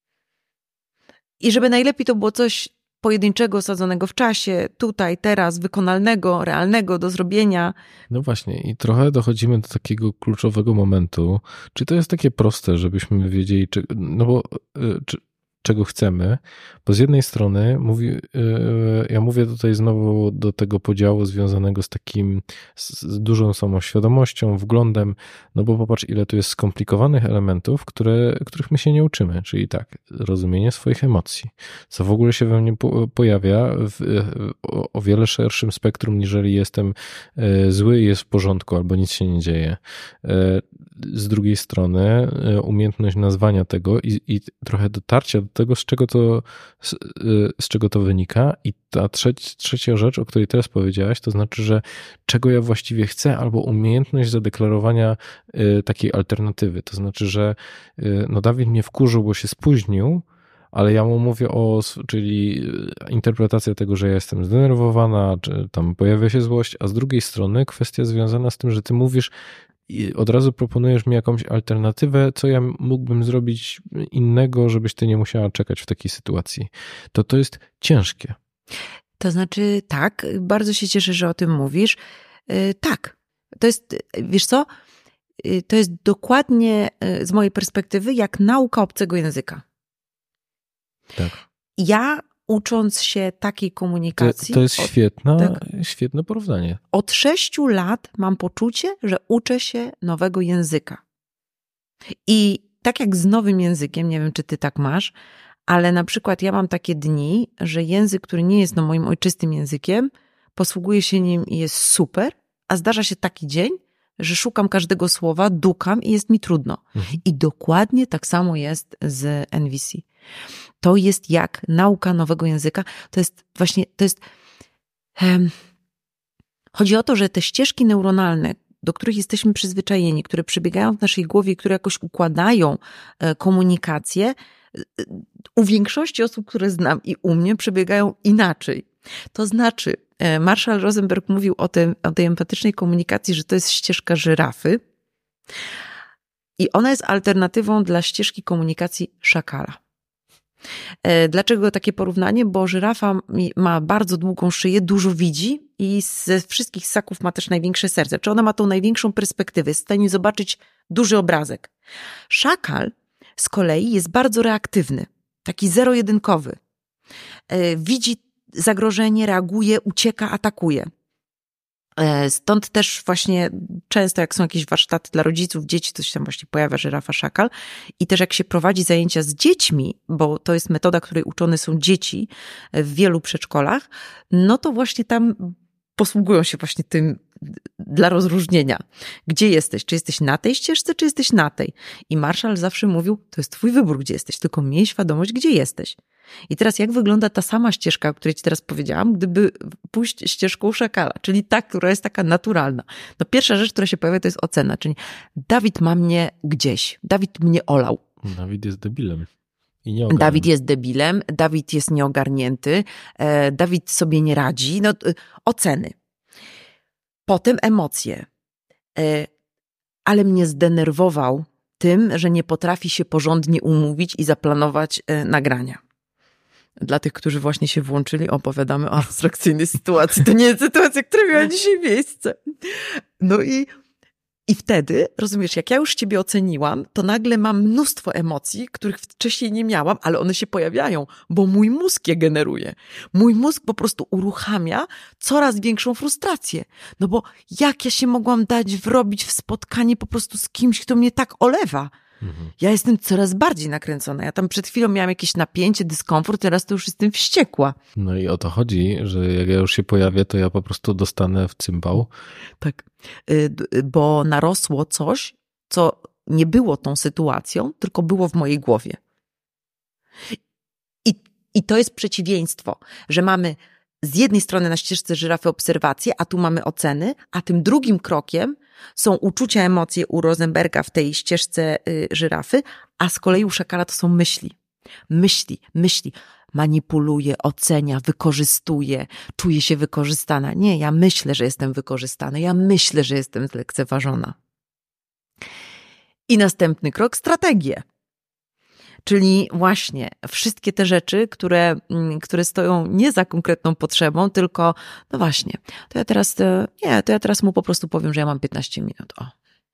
I żeby najlepiej to było coś pojedynczego, osadzonego w czasie, tutaj, teraz, wykonalnego, realnego do zrobienia. No właśnie i trochę dochodzimy do takiego kluczowego momentu. Czy to jest takie proste, żebyśmy wiedzieli, czy, no bo czy, czego chcemy, bo z jednej strony mówi, ja mówię tutaj znowu do tego podziału związanego z takim, z dużą samoświadomością, wglądem, no bo popatrz, ile tu jest skomplikowanych elementów, które, których my się nie uczymy, czyli tak, rozumienie swoich emocji, co w ogóle się we mnie pojawia w, o, o wiele szerszym spektrum, niżeli jestem zły i jest w porządku, albo nic się nie dzieje. Z drugiej strony umiejętność nazwania tego i, i trochę dotarcia do tego, z czego to, z, z czego to wynika. I ta trzeć, trzecia rzecz, o której teraz powiedziałaś, to znaczy, że czego ja właściwie chcę, albo umiejętność zadeklarowania y, takiej alternatywy. To znaczy, że y, no Dawid mnie wkurzył, bo się spóźnił, ale ja mu mówię o, czyli interpretacja tego, że ja jestem zdenerwowana, czy tam pojawia się złość, a z drugiej strony kwestia związana z tym, że ty mówisz i od razu proponujesz mi jakąś alternatywę, co ja mógłbym zrobić innego, żebyś ty nie musiała czekać w takiej sytuacji. To to jest ciężkie. To znaczy tak, bardzo się cieszę, że o tym mówisz. Yy, tak, to jest, wiesz co, yy, to jest dokładnie yy, z mojej perspektywy jak nauka obcego języka. Tak. Ja ucząc się takiej komunikacji... To, to jest od, świetna, tak, świetne porównanie. Od sześciu lat mam poczucie, że uczę się nowego języka. I tak jak z nowym językiem, nie wiem, czy ty tak masz, ale na przykład ja mam takie dni, że język, który nie jest no, moim ojczystym językiem, posługuję się nim i jest super, a zdarza się taki dzień, że szukam każdego słowa, dukam i jest mi trudno. Mhm. I dokładnie tak samo jest z N V C. To jest jak nauka nowego języka. To jest właśnie, to jest... Um, chodzi o to, że te ścieżki neuronalne, do których jesteśmy przyzwyczajeni, które przebiegają w naszej głowie, które jakoś układają komunikację, u większości osób, które znam i u mnie przebiegają inaczej. To znaczy, Marshall Rosenberg mówił o, tym, o tej empatycznej komunikacji, że to jest ścieżka żyrafy i ona jest alternatywą dla ścieżki komunikacji szakala. Dlaczego takie porównanie? Bo żyrafa ma bardzo długą szyję, dużo widzi i ze wszystkich ssaków ma też największe serce. Czy ona ma tą największą perspektywę, jest w stanie zobaczyć duży obrazek. Szakal z kolei jest bardzo reaktywny, taki zero-jedynkowy. Widzi zagrożenie, reaguje, ucieka, atakuje. Stąd też właśnie często jak są jakieś warsztaty dla rodziców, dzieci, to się tam właśnie pojawia żyrafa, szakal i też jak się prowadzi zajęcia z dziećmi, bo to jest metoda, której uczone są dzieci w wielu przedszkolach, no to właśnie tam posługują się właśnie tym dla rozróżnienia. Gdzie jesteś? Czy jesteś na tej ścieżce, czy jesteś na tej? I Marshall zawsze mówił, to jest twój wybór, gdzie jesteś, tylko miej świadomość, gdzie jesteś. I teraz jak wygląda ta sama ścieżka, o której ci teraz powiedziałam, gdyby pójść ścieżką szakala, czyli ta, która jest taka naturalna. No pierwsza rzecz, która się pojawia, to jest ocena, czyli Dawid ma mnie gdzieś, Dawid mnie olał. Dawid jest debilem. I nieogarnięty. Dawid jest debilem, Dawid jest nieogarnięty, Dawid sobie nie radzi. No, oceny. Potem emocje. Ale mnie zdenerwował tym, że nie potrafi się porządnie umówić i zaplanować nagrania. Dla tych, którzy właśnie się włączyli, opowiadamy o abstrakcyjnej sytuacji. To nie jest sytuacja, która miała dzisiaj miejsce. No i, i wtedy, rozumiesz, jak ja już ciebie oceniłam, to nagle mam mnóstwo emocji, których wcześniej nie miałam, ale one się pojawiają, bo mój mózg je generuje. Mój mózg po prostu uruchamia coraz większą frustrację. No bo jak ja się mogłam dać wrobić w spotkanie po prostu z kimś, kto mnie tak olewa? Mhm. Ja jestem coraz bardziej nakręcona. Ja tam przed chwilą miałam jakieś napięcie, dyskomfort, teraz to już jestem wściekła. No i o to chodzi, że jak ja już się pojawię, to ja po prostu dostanę w cymbał. Tak, bo narosło coś, co nie było tą sytuacją, tylko było w mojej głowie. I, i to jest przeciwieństwo, że mamy z jednej strony na ścieżce żyrafy obserwacje, a tu mamy oceny, a tym drugim krokiem są uczucia, emocje u Rosenberga w tej ścieżce żyrafy, a z kolei u szakala to są myśli. Myśli, myśli. Manipuluje, ocenia, wykorzystuje, czuje się wykorzystana. Nie, ja myślę, że jestem wykorzystana. Ja myślę, że jestem zlekceważona. I następny krok, strategie. Czyli właśnie wszystkie te rzeczy, które, które stoją nie za konkretną potrzebą, tylko no właśnie, to ja teraz, nie, to ja teraz mu po prostu powiem, że ja mam piętnaście minut. O.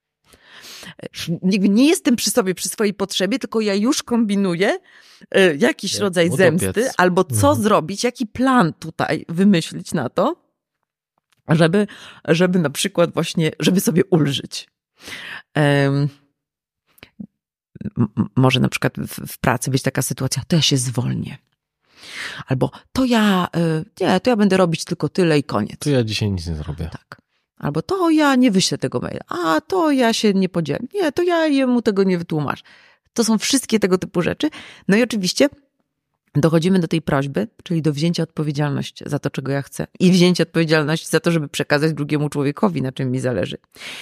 Nie jestem przy sobie, przy swojej potrzebie, tylko ja już kombinuję jakiś Jak rodzaj zemsty, albo co mhm. zrobić, jaki plan tutaj wymyślić na to, żeby, żeby na przykład właśnie, żeby sobie ulżyć. Um, Może na przykład w pracy być taka sytuacja, to ja się zwolnię. Albo to ja, nie, to ja będę robić tylko tyle i koniec. To ja dzisiaj nic nie zrobię. Tak. Albo to ja nie wyślę tego maila. A to ja się nie podzielę. Nie, to ja jemu tego nie wytłumaczę. To są wszystkie tego typu rzeczy. No i oczywiście dochodzimy do tej prośby, czyli do wzięcia odpowiedzialności za to, czego ja chcę. I wzięcia odpowiedzialności za to, żeby przekazać drugiemu człowiekowi, na czym mi zależy.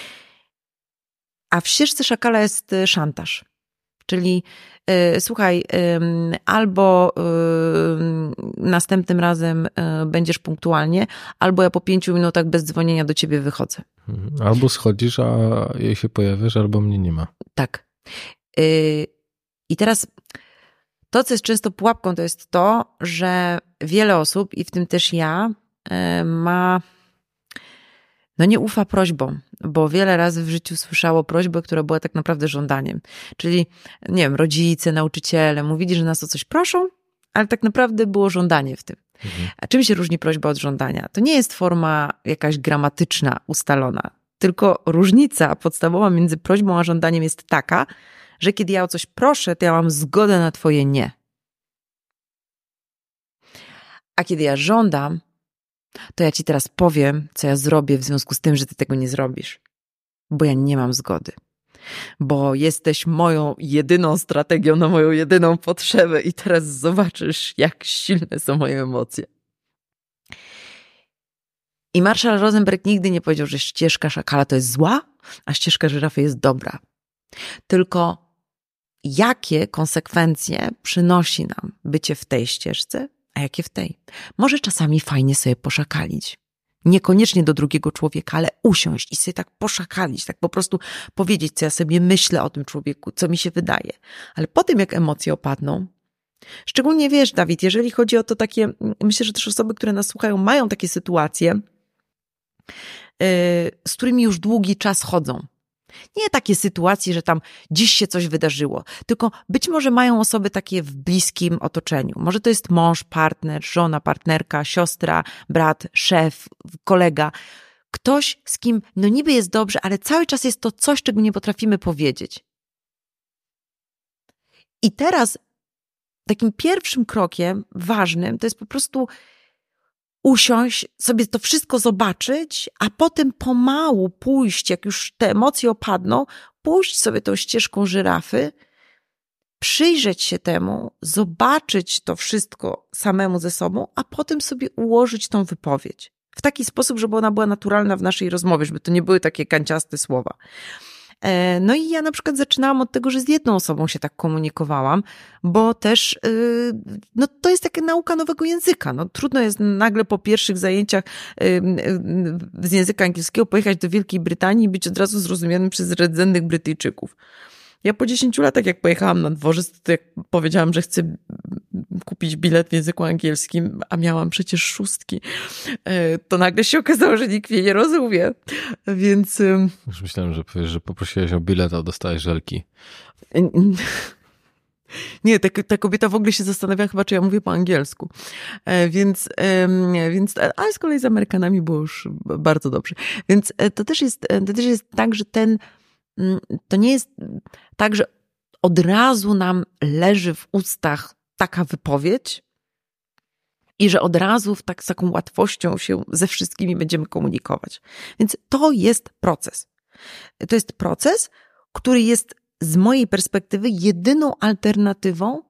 A w ścieżce szakala jest szantaż. Czyli y, słuchaj, y, albo y, następnym razem y, będziesz punktualnie, albo ja po pięciu minutach bez dzwonienia do ciebie wychodzę. Albo schodzisz, a jej się pojawiasz, albo mnie nie ma. Tak. Y, I teraz to, co jest często pułapką, to jest to, że wiele osób, i w tym też ja, y, ma... No nie ufa prośbom, bo wiele razy w życiu słyszało prośbę, która była tak naprawdę żądaniem. Czyli, nie wiem, rodzice, nauczyciele mówili, że nas o coś proszą, ale tak naprawdę było żądanie w tym. Mhm. A czym się różni prośba od żądania? To nie jest forma jakaś gramatyczna, ustalona, tylko różnica podstawowa między prośbą a żądaniem jest taka, że kiedy ja o coś proszę, to ja mam zgodę na twoje nie. A kiedy ja żądam, to ja ci teraz powiem, co ja zrobię w związku z tym, że ty tego nie zrobisz. Bo ja nie mam zgody. Bo jesteś moją jedyną strategią na moją jedyną potrzebę i teraz zobaczysz, jak silne są moje emocje. I Marshall Rosenberg nigdy nie powiedział, że ścieżka szakala to jest zła, a ścieżka żyrafy jest dobra. Tylko jakie konsekwencje przynosi nam bycie w tej ścieżce, a jakie w tej. Może czasami fajnie sobie poszakalić. Niekoniecznie do drugiego człowieka, ale usiąść i sobie tak poszakalić, tak po prostu powiedzieć, co ja sobie myślę o tym człowieku, co mi się wydaje. Ale po tym, jak emocje opadną, szczególnie wiesz, Dawid, jeżeli chodzi o to takie, myślę, że też osoby, które nas słuchają, mają takie sytuacje, yy, z którymi już długi czas chodzą. Nie takie sytuacje, że tam dziś się coś wydarzyło, tylko być może mają osoby takie w bliskim otoczeniu. Może to jest mąż, partner, żona, partnerka, siostra, brat, szef, kolega. Ktoś, z kim no niby jest dobrze, ale cały czas jest to coś, czego nie potrafimy powiedzieć. I teraz takim pierwszym krokiem ważnym to jest po prostu usiąść, sobie to wszystko zobaczyć, a potem pomału pójść, jak już te emocje opadną, pójść sobie tą ścieżką żyrafy, przyjrzeć się temu, zobaczyć to wszystko samemu ze sobą, a potem sobie ułożyć tą wypowiedź. W taki sposób, żeby ona była naturalna w naszej rozmowie, żeby to nie były takie kanciaste słowa. No i ja na przykład zaczynałam od tego, że z jedną osobą się tak komunikowałam, bo też no to jest taka nauka nowego języka. No, trudno jest nagle po pierwszych zajęciach z języka angielskiego pojechać do Wielkiej Brytanii i być od razu zrozumianym przez rdzennych Brytyjczyków. Ja po dziesięciu latach, jak pojechałam na dworzec, to jak powiedziałam, że chcę kupić bilet w języku angielskim, a miałam przecież szóstki, to nagle się okazało, że nikt mnie nie rozumie. Więc... Już myślałem, że powiesz, że poprosiłaś o bilet, a dostałeś żelki. Nie, ta, ta kobieta w ogóle się zastanawia chyba, czy ja mówię po angielsku. Więc, więc, ale z kolei z Amerykanami było już bardzo dobrze. Więc to też jest, to też jest tak, że ten to nie jest tak, że od razu nam leży w ustach taka wypowiedź i że od razu w tak, z taką łatwością się ze wszystkimi będziemy komunikować. Więc to jest proces. To jest proces, który jest z mojej perspektywy jedyną alternatywą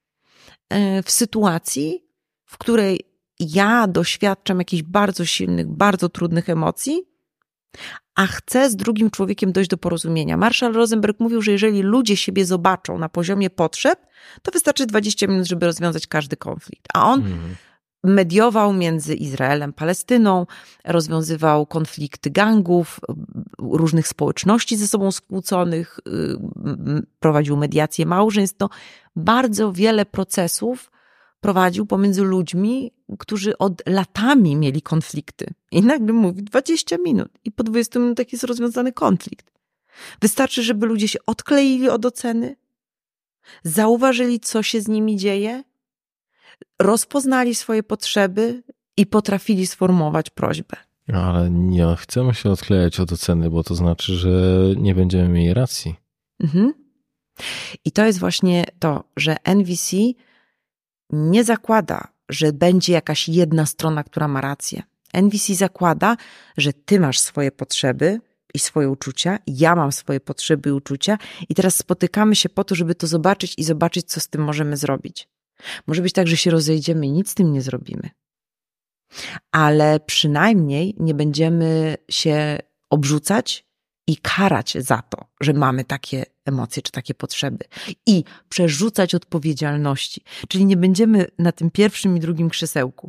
w sytuacji, w której ja doświadczam jakichś bardzo silnych, bardzo trudnych emocji, a chcę z drugim człowiekiem dojść do porozumienia. Marshall Rosenberg mówił, że jeżeli ludzie siebie zobaczą na poziomie potrzeb, to wystarczy dwadzieścia minut, żeby rozwiązać każdy konflikt. A on mm. mediował między Izraelem, Palestyną, rozwiązywał konflikty gangów, różnych społeczności ze sobą skłóconych, prowadził mediację małżeństw. No, bardzo wiele procesów prowadził pomiędzy ludźmi, którzy od latami mieli konflikty. I nagle mówi dwadzieścia minut i po dwudziestu minutach jest rozwiązany konflikt. Wystarczy, żeby ludzie się odkleili od oceny, zauważyli, co się z nimi dzieje, rozpoznali swoje potrzeby i potrafili sformułować prośbę. Ale nie chcemy się odklejać od oceny, bo to znaczy, że nie będziemy mieli racji. Mhm. I to jest właśnie to, że N V C nie zakłada, że będzie jakaś jedna strona, która ma rację. N V C zakłada, że ty masz swoje potrzeby i swoje uczucia, ja mam swoje potrzeby i uczucia i teraz spotykamy się po to, żeby to zobaczyć i zobaczyć, co z tym możemy zrobić. Może być tak, że się rozejdziemy i nic z tym nie zrobimy. Ale przynajmniej nie będziemy się obrzucać i karać za to, że mamy takie emocje czy takie potrzeby i przerzucać odpowiedzialności. Czyli nie będziemy na tym pierwszym i drugim krzesełku.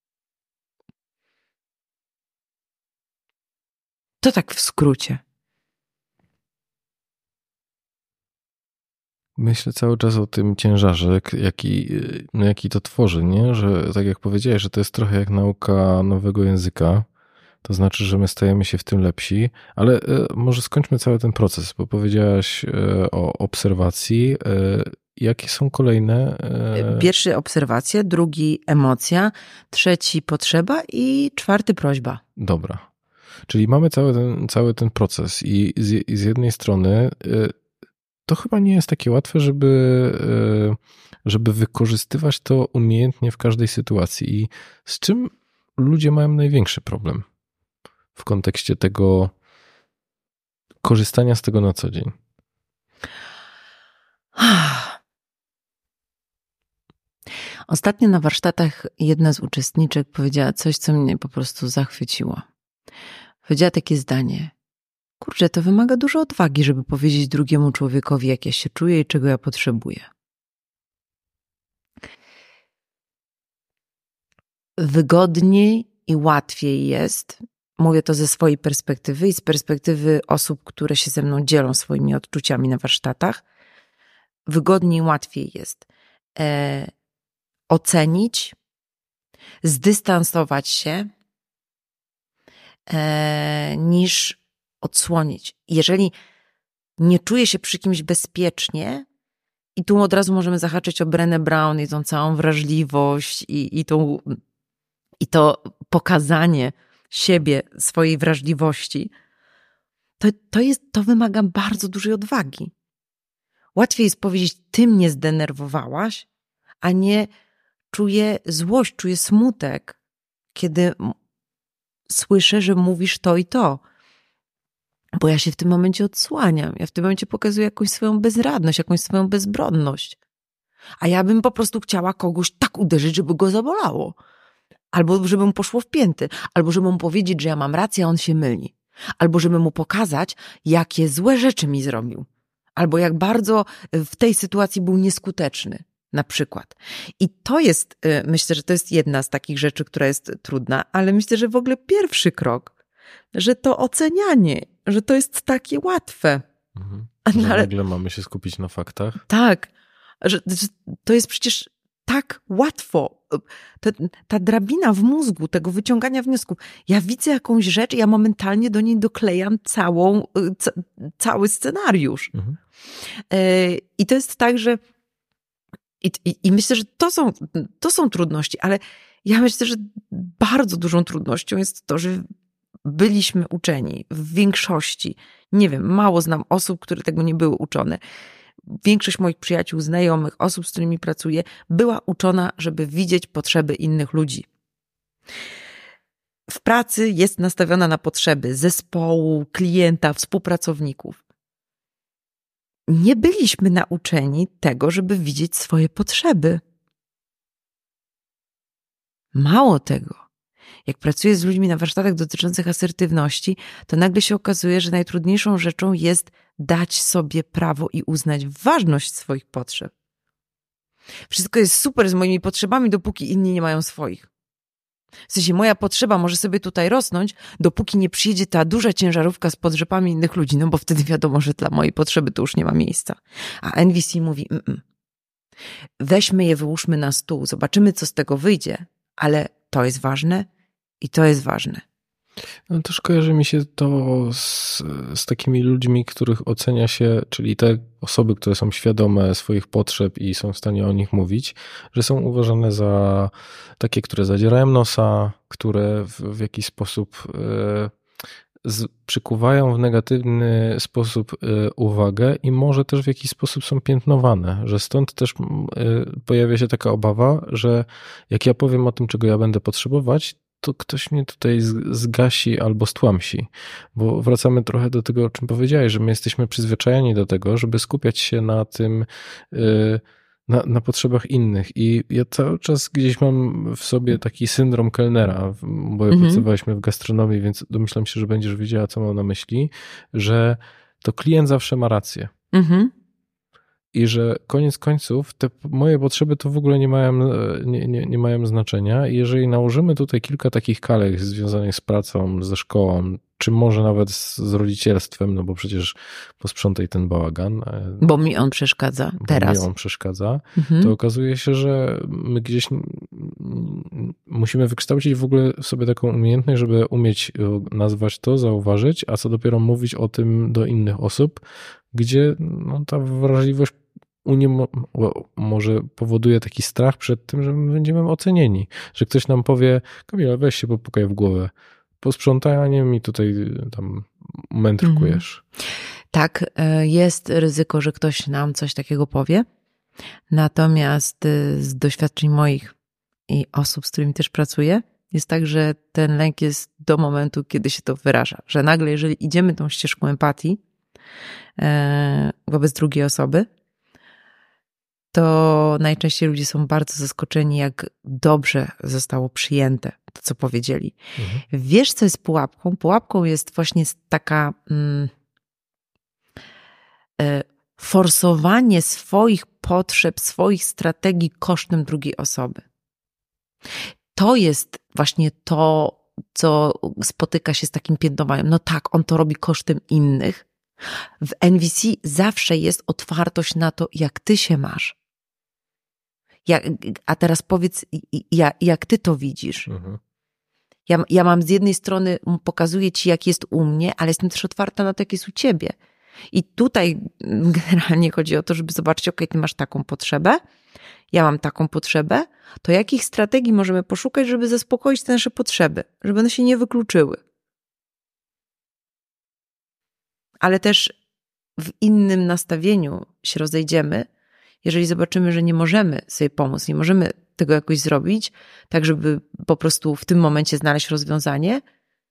To tak w skrócie. Myślę cały czas o tym ciężarze, jaki, no jaki to tworzy, nie? Że tak jak powiedziałeś, że to jest trochę jak nauka nowego języka. To znaczy, że my stajemy się w tym lepsi, ale może skończmy cały ten proces, bo powiedziałaś o obserwacji. Jakie są kolejne? Pierwszy obserwacja, drugi emocja, trzeci potrzeba i czwarty prośba. Dobra. Czyli mamy cały ten, cały ten proces i z, i z jednej strony to chyba nie jest takie łatwe, żeby, żeby wykorzystywać to umiejętnie w każdej sytuacji. I z czym ludzie mają największy problem w kontekście tego korzystania z tego na co dzień? Ostatnio na warsztatach jedna z uczestniczek powiedziała coś, co mnie po prostu zachwyciło. Powiedziała takie zdanie: kurczę, to wymaga dużo odwagi, żeby powiedzieć drugiemu człowiekowi, jak ja się czuję i czego ja potrzebuję. Wygodniej i łatwiej jest, mówię to ze swojej perspektywy i z perspektywy osób, które się ze mną dzielą swoimi odczuciami na warsztatach, wygodniej i łatwiej jest e, ocenić, zdystansować się, e, niż odsłonić. Jeżeli nie czuję się przy kimś bezpiecznie, i tu od razu możemy zahaczyć o Brené Brown i tą całą wrażliwość i, i, tą, i to pokazanie siebie, swojej wrażliwości, to, to, jest, to wymaga bardzo dużej odwagi. Łatwiej jest powiedzieć, ty mnie zdenerwowałaś, a nie czuję złość, czuję smutek, kiedy słyszę, że mówisz to i to. Bo ja się w tym momencie odsłaniam. Ja w tym momencie pokazuję jakąś swoją bezradność, jakąś swoją bezbronność. A ja bym po prostu chciała kogoś tak uderzyć, żeby go zabolało. Albo żeby mu poszło w pięty. Albo żeby mu powiedzieć, że ja mam rację, a on się myli. Albo żeby mu pokazać, jakie złe rzeczy mi zrobił. Albo jak bardzo w tej sytuacji był nieskuteczny. Na przykład. I to jest, myślę, że to jest jedna z takich rzeczy, która jest trudna, ale myślę, że w ogóle pierwszy krok, że to ocenianie, że to jest takie łatwe. Mhm. Że ale, nagle mamy się skupić na faktach. Tak, że, że to jest przecież tak łatwo. Ta, ta drabina w mózgu, tego wyciągania wniosków. Ja widzę jakąś rzecz i ja momentalnie do niej doklejam całą, ca, cały scenariusz. Mhm. I to jest tak, że I, i, I myślę, że to są, to są trudności, ale ja myślę, że bardzo dużą trudnością jest to, że byliśmy uczeni w większości, nie wiem, mało znam osób, które tego nie były uczone. Większość moich przyjaciół, znajomych, osób, z którymi pracuję, była uczona, żeby widzieć potrzeby innych ludzi. W pracy jest nastawiona na potrzeby zespołu, klienta, współpracowników. Nie byliśmy nauczeni tego, żeby widzieć swoje potrzeby. Mało tego. Jak pracuję z ludźmi na warsztatach dotyczących asertywności, to nagle się okazuje, że najtrudniejszą rzeczą jest dać sobie prawo i uznać ważność swoich potrzeb. Wszystko jest super z moimi potrzebami, dopóki inni nie mają swoich. W sensie moja potrzeba może sobie tutaj rosnąć, dopóki nie przyjedzie ta duża ciężarówka z potrzebami innych ludzi, no bo wtedy wiadomo, że dla mojej potrzeby to już nie ma miejsca. A N V C mówi, mm, mm. weźmy je, wyłóżmy na stół, zobaczymy, co z tego wyjdzie, ale to jest ważne i to jest ważne. No też kojarzy mi się to z, z takimi ludźmi, których ocenia się, czyli te osoby, które są świadome swoich potrzeb i są w stanie o nich mówić, że są uważane za takie, które zadzierają nosa, które w, w jakiś sposób e, z, przykuwają w negatywny sposób e, uwagę i może też w jakiś sposób są piętnowane, że stąd też e, pojawia się taka obawa, że jak ja powiem o tym, czego ja będę potrzebować, to ktoś mnie tutaj zgasi albo stłamsi, bo wracamy trochę do tego, o czym powiedziałeś, że my jesteśmy przyzwyczajeni do tego, żeby skupiać się na tym, na, na potrzebach innych i ja cały czas gdzieś mam w sobie taki syndrom kelnera, bo ja mhm. pracowaliśmy w gastronomii, więc domyślam się, że będziesz wiedziała, co mam na myśli, że to klient zawsze ma rację. Mhm. I że koniec końców te moje potrzeby to w ogóle nie mają, nie, nie, nie mają znaczenia. I jeżeli nałożymy tutaj kilka takich kalek związanych z pracą, ze szkołą, czy może nawet z, z rodzicielstwem, no bo przecież posprzątaj ten bałagan. Bo mi on przeszkadza bo teraz. mi on przeszkadza. Mhm. To okazuje się, że my gdzieś musimy wykształcić w ogóle w sobie taką umiejętność, żeby umieć nazwać to, zauważyć, a co dopiero mówić o tym do innych osób, gdzie no, ta wrażliwość uniem- może powoduje taki strach przed tym, że my będziemy ocenieni. Że ktoś nam powie, Kamila, weź się popukaj w głowę. Posprzątaj, a nie mi tutaj tam mędrkujesz. Tak, jest ryzyko, że ktoś nam coś takiego powie. Natomiast z doświadczeń moich i osób, z którymi też pracuję, jest tak, że ten lęk jest do momentu, kiedy się to wyraża. Że nagle, jeżeli idziemy tą ścieżką empatii wobec drugiej osoby, to najczęściej ludzie są bardzo zaskoczeni, jak dobrze zostało przyjęte to, co powiedzieli. Mhm. Wiesz, co jest pułapką? Pułapką jest właśnie taka mm, y, forsowanie swoich potrzeb, swoich strategii kosztem drugiej osoby. To jest właśnie to, co spotyka się z takim piętnowaniem. No tak, on to robi kosztem innych. W N V C zawsze jest otwartość na to, jak ty się masz. Jak, a teraz powiedz, jak, jak ty to widzisz. Mhm. Ja, ja mam z jednej strony, pokazuję ci, jak jest u mnie, ale jestem też otwarta na to, jak jest u ciebie. I tutaj generalnie chodzi o to, żeby zobaczyć, okej, ty masz taką potrzebę, ja mam taką potrzebę, to jakich strategii możemy poszukać, żeby zaspokoić te nasze potrzeby, żeby one się nie wykluczyły. Ale też w innym nastawieniu się rozejdziemy, jeżeli zobaczymy, że nie możemy sobie pomóc, nie możemy tego jakoś zrobić, tak żeby po prostu w tym momencie znaleźć rozwiązanie,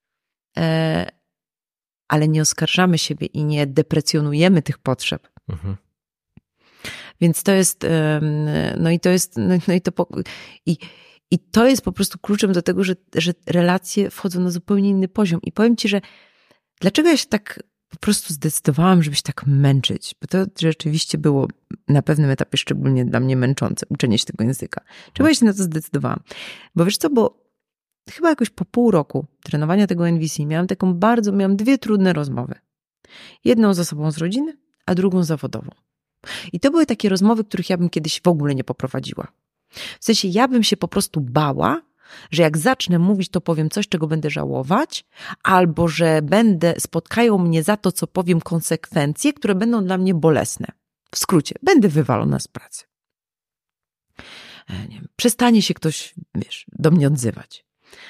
ale nie oskarżamy siebie i nie deprecjonujemy tych potrzeb. Mhm. Więc to jest, no i to jest, no i to, i, i to jest po prostu kluczem do tego, że, że relacje wchodzą na zupełnie inny poziom. I powiem ci, że dlaczego ja się tak po prostu zdecydowałam, żeby się tak męczyć, bo to rzeczywiście było na pewnym etapie szczególnie dla mnie męczące, uczenie się tego języka. Czemu ja się na to zdecydowałam? Bo wiesz co, bo chyba jakoś po pół roku trenowania tego N V C miałam taką bardzo, miałam dwie trudne rozmowy. Jedną z osobą z rodziny, a drugą zawodową. I to były takie rozmowy, których ja bym kiedyś w ogóle nie poprowadziła. W sensie ja bym się po prostu bała, że jak zacznę mówić, to powiem coś, czego będę żałować, albo że będę, spotkają mnie za to, co powiem, konsekwencje, które będą dla mnie bolesne. W skrócie, będę wywalona z pracy. Nie wiem, przestanie się ktoś, wiesz, do mnie odzywać.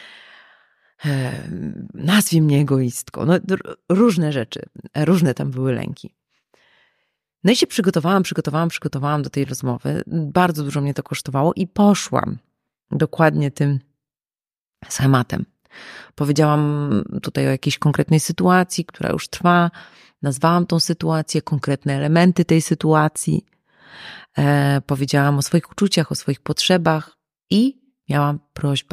Nazwie mnie egoistką. No, różne rzeczy, różne tam były lęki. No i się przygotowałam, przygotowałam, przygotowałam do tej rozmowy. Bardzo dużo mnie to kosztowało i poszłam dokładnie tym schematem. Powiedziałam tutaj o jakiejś konkretnej sytuacji, która już trwa. Nazwałam tą sytuację, konkretne elementy tej sytuacji. E, powiedziałam o swoich uczuciach, o swoich potrzebach i miałam prośbę.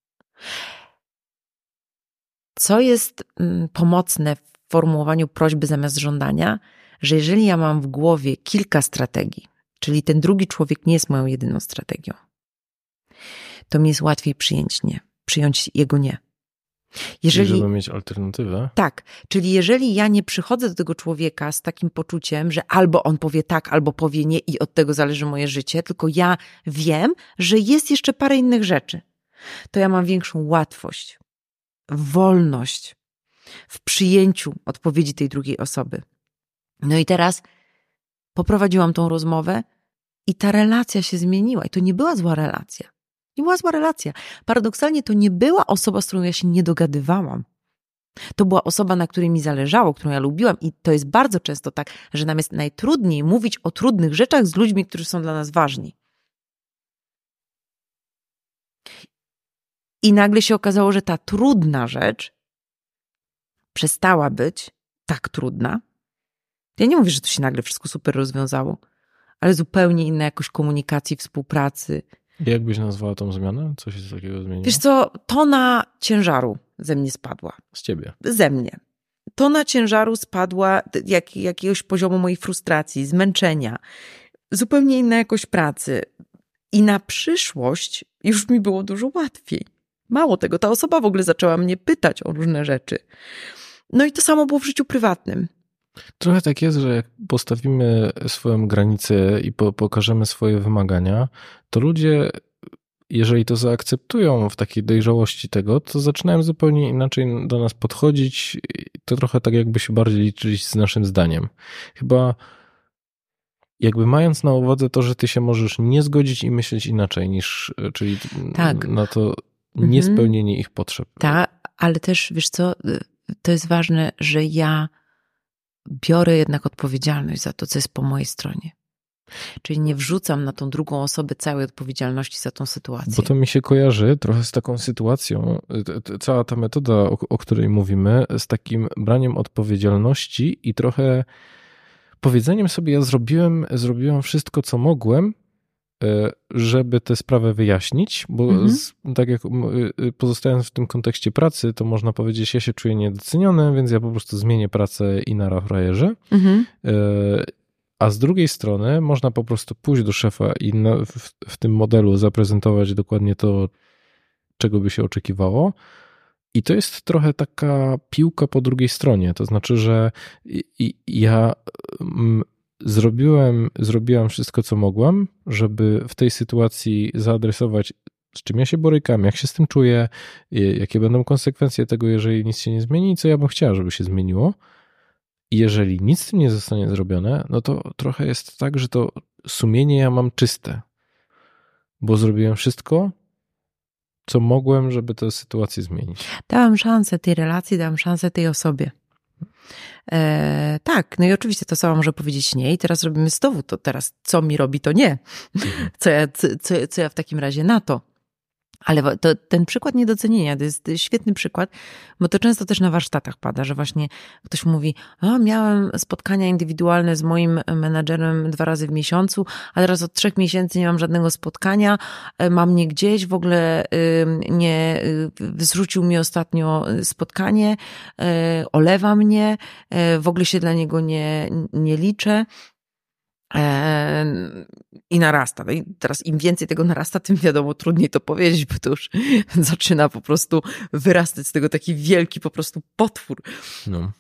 Co jest mm, pomocne w formułowaniu prośby zamiast żądania? Że jeżeli ja mam w głowie kilka strategii, czyli ten drugi człowiek nie jest moją jedyną strategią, to mi jest łatwiej przyjąć nie, przyjąć jego nie. Jeżeli, żeby mieć alternatywę? Tak, czyli jeżeli ja nie przychodzę do tego człowieka z takim poczuciem, że albo on powie tak, albo powie nie i od tego zależy moje życie, tylko ja wiem, że jest jeszcze parę innych rzeczy, to ja mam większą łatwość, wolność w przyjęciu odpowiedzi tej drugiej osoby. No i teraz poprowadziłam tą rozmowę i ta relacja się zmieniła. I to nie była zła relacja. Nie była zła relacja. Paradoksalnie to nie była osoba, z którą ja się nie dogadywałam. To była osoba, na której mi zależało, którą ja lubiłam. I to jest bardzo często tak, że nam jest najtrudniej mówić o trudnych rzeczach z ludźmi, którzy są dla nas ważni. I nagle się okazało, że ta trudna rzecz przestała być tak trudna. Ja nie mówię, że to się nagle wszystko super rozwiązało, ale zupełnie inna jakość komunikacji, współpracy. Jak byś nazwała tą zmianę? Co się takiego zmieniło? Wiesz co, tona ciężaru ze mnie spadła. Z ciebie? Ze mnie. Tona ciężaru spadła jak, jakiegoś poziomu mojej frustracji, zmęczenia. Zupełnie inna jakość pracy. I na przyszłość już mi było dużo łatwiej. Mało tego, ta osoba w ogóle zaczęła mnie pytać o różne rzeczy. No i to samo było w życiu prywatnym. Trochę tak jest, że jak postawimy swoją granicę i po, pokażemy swoje wymagania, to ludzie, jeżeli to zaakceptują w takiej dojrzałości tego, to zaczynają zupełnie inaczej do nas podchodzić. To trochę tak jakby się bardziej liczyć z naszym zdaniem. Chyba jakby mając na uwadze to, że ty się możesz nie zgodzić i myśleć inaczej niż, czyli tak. na to niespełnienie mhm. ich potrzeb. Tak, ale też wiesz co, to jest ważne, że ja biorę jednak odpowiedzialność za to, co jest po mojej stronie. Czyli nie wrzucam na tą drugą osobę całej odpowiedzialności za tą sytuację. Bo to mi się kojarzy trochę z taką sytuacją, cała ta metoda, o, o której mówimy, z takim braniem odpowiedzialności i trochę powiedzeniem sobie, ja zrobiłem, zrobiłem wszystko, co mogłem, żeby tę sprawę wyjaśnić, bo mhm. z, tak jak pozostając w tym kontekście pracy, to można powiedzieć, ja się czuję niedoceniony, więc ja po prostu zmienię pracę i nara frajerze. Mhm. A z drugiej strony można po prostu pójść do szefa i na, w, w tym modelu zaprezentować dokładnie to, czego by się oczekiwało. I to jest trochę taka piłka po drugiej stronie. To znaczy, że i, i ja m, zrobiłem, zrobiłam wszystko, co mogłam, żeby w tej sytuacji zaadresować, z czym ja się borykam, jak się z tym czuję, jakie będą konsekwencje tego, jeżeli nic się nie zmieni i co ja bym chciała, żeby się zmieniło. I jeżeli nic z tym nie zostanie zrobione, no to trochę jest tak, że to sumienie ja mam czyste, bo zrobiłem wszystko, co mogłem, żeby tę sytuację zmienić. Dałam szansę tej relacji, dałam szansę tej osobie. E, tak, no i oczywiście to sama może powiedzieć nie i teraz robimy znowu to teraz, co mi robi, to nie. Co ja, co, co ja w takim razie na to? Ale to, ten przykład niedocenienia to jest świetny przykład, bo to często też na warsztatach pada, że właśnie ktoś mówi, o, miałem spotkania indywidualne z moim menadżerem dwa razy w miesiącu, a teraz od trzech miesięcy nie mam żadnego spotkania, mam mnie gdzieś, w ogóle nie zrzucił mi ostatnio spotkanie, olewa mnie, w ogóle się dla niego nie, nie liczę. I narasta. No i teraz im więcej tego narasta, tym wiadomo, trudniej to powiedzieć, bo to już zaczyna po prostu wyrastać z tego taki wielki po prostu potwór. No.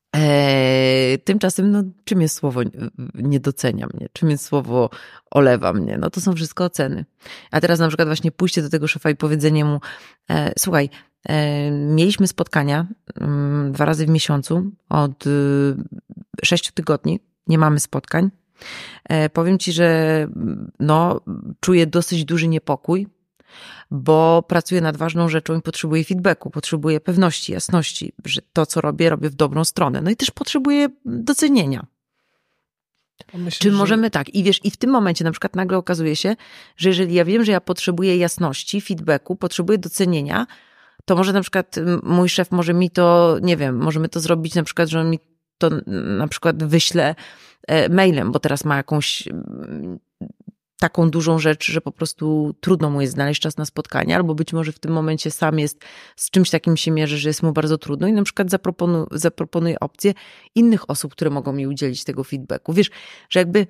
E, tymczasem, no, czym jest słowo nie docenia mnie? Czym jest słowo olewa mnie? No to są wszystko oceny. A teraz na przykład właśnie pójście do tego szefa i powiedzenie mu, e, słuchaj, e, mieliśmy spotkania m, dwa razy w miesiącu od y, sześciu tygodni, nie mamy spotkań. Powiem ci, że no, czuję dosyć duży niepokój, bo pracuję nad ważną rzeczą i potrzebuję feedbacku, potrzebuję pewności, jasności, że to, co robię, robię w dobrą stronę. No i też potrzebuję docenienia. Myślę, Czy możemy że... tak? I wiesz, i w tym momencie na przykład nagle okazuje się, że jeżeli ja wiem, że ja potrzebuję jasności, feedbacku, potrzebuję docenienia, to może na przykład mój szef może mi to, nie wiem, możemy to zrobić na przykład, że on mi to na przykład wyśle mailem, bo teraz ma jakąś taką dużą rzecz, że po prostu trudno mu jest znaleźć czas na spotkanie, albo być może w tym momencie sam jest z czymś takim się mierzy, że jest mu bardzo trudno i na przykład zaproponuj, zaproponuje opcję innych osób, które mogą mi udzielić tego feedbacku. Wiesz, że jakby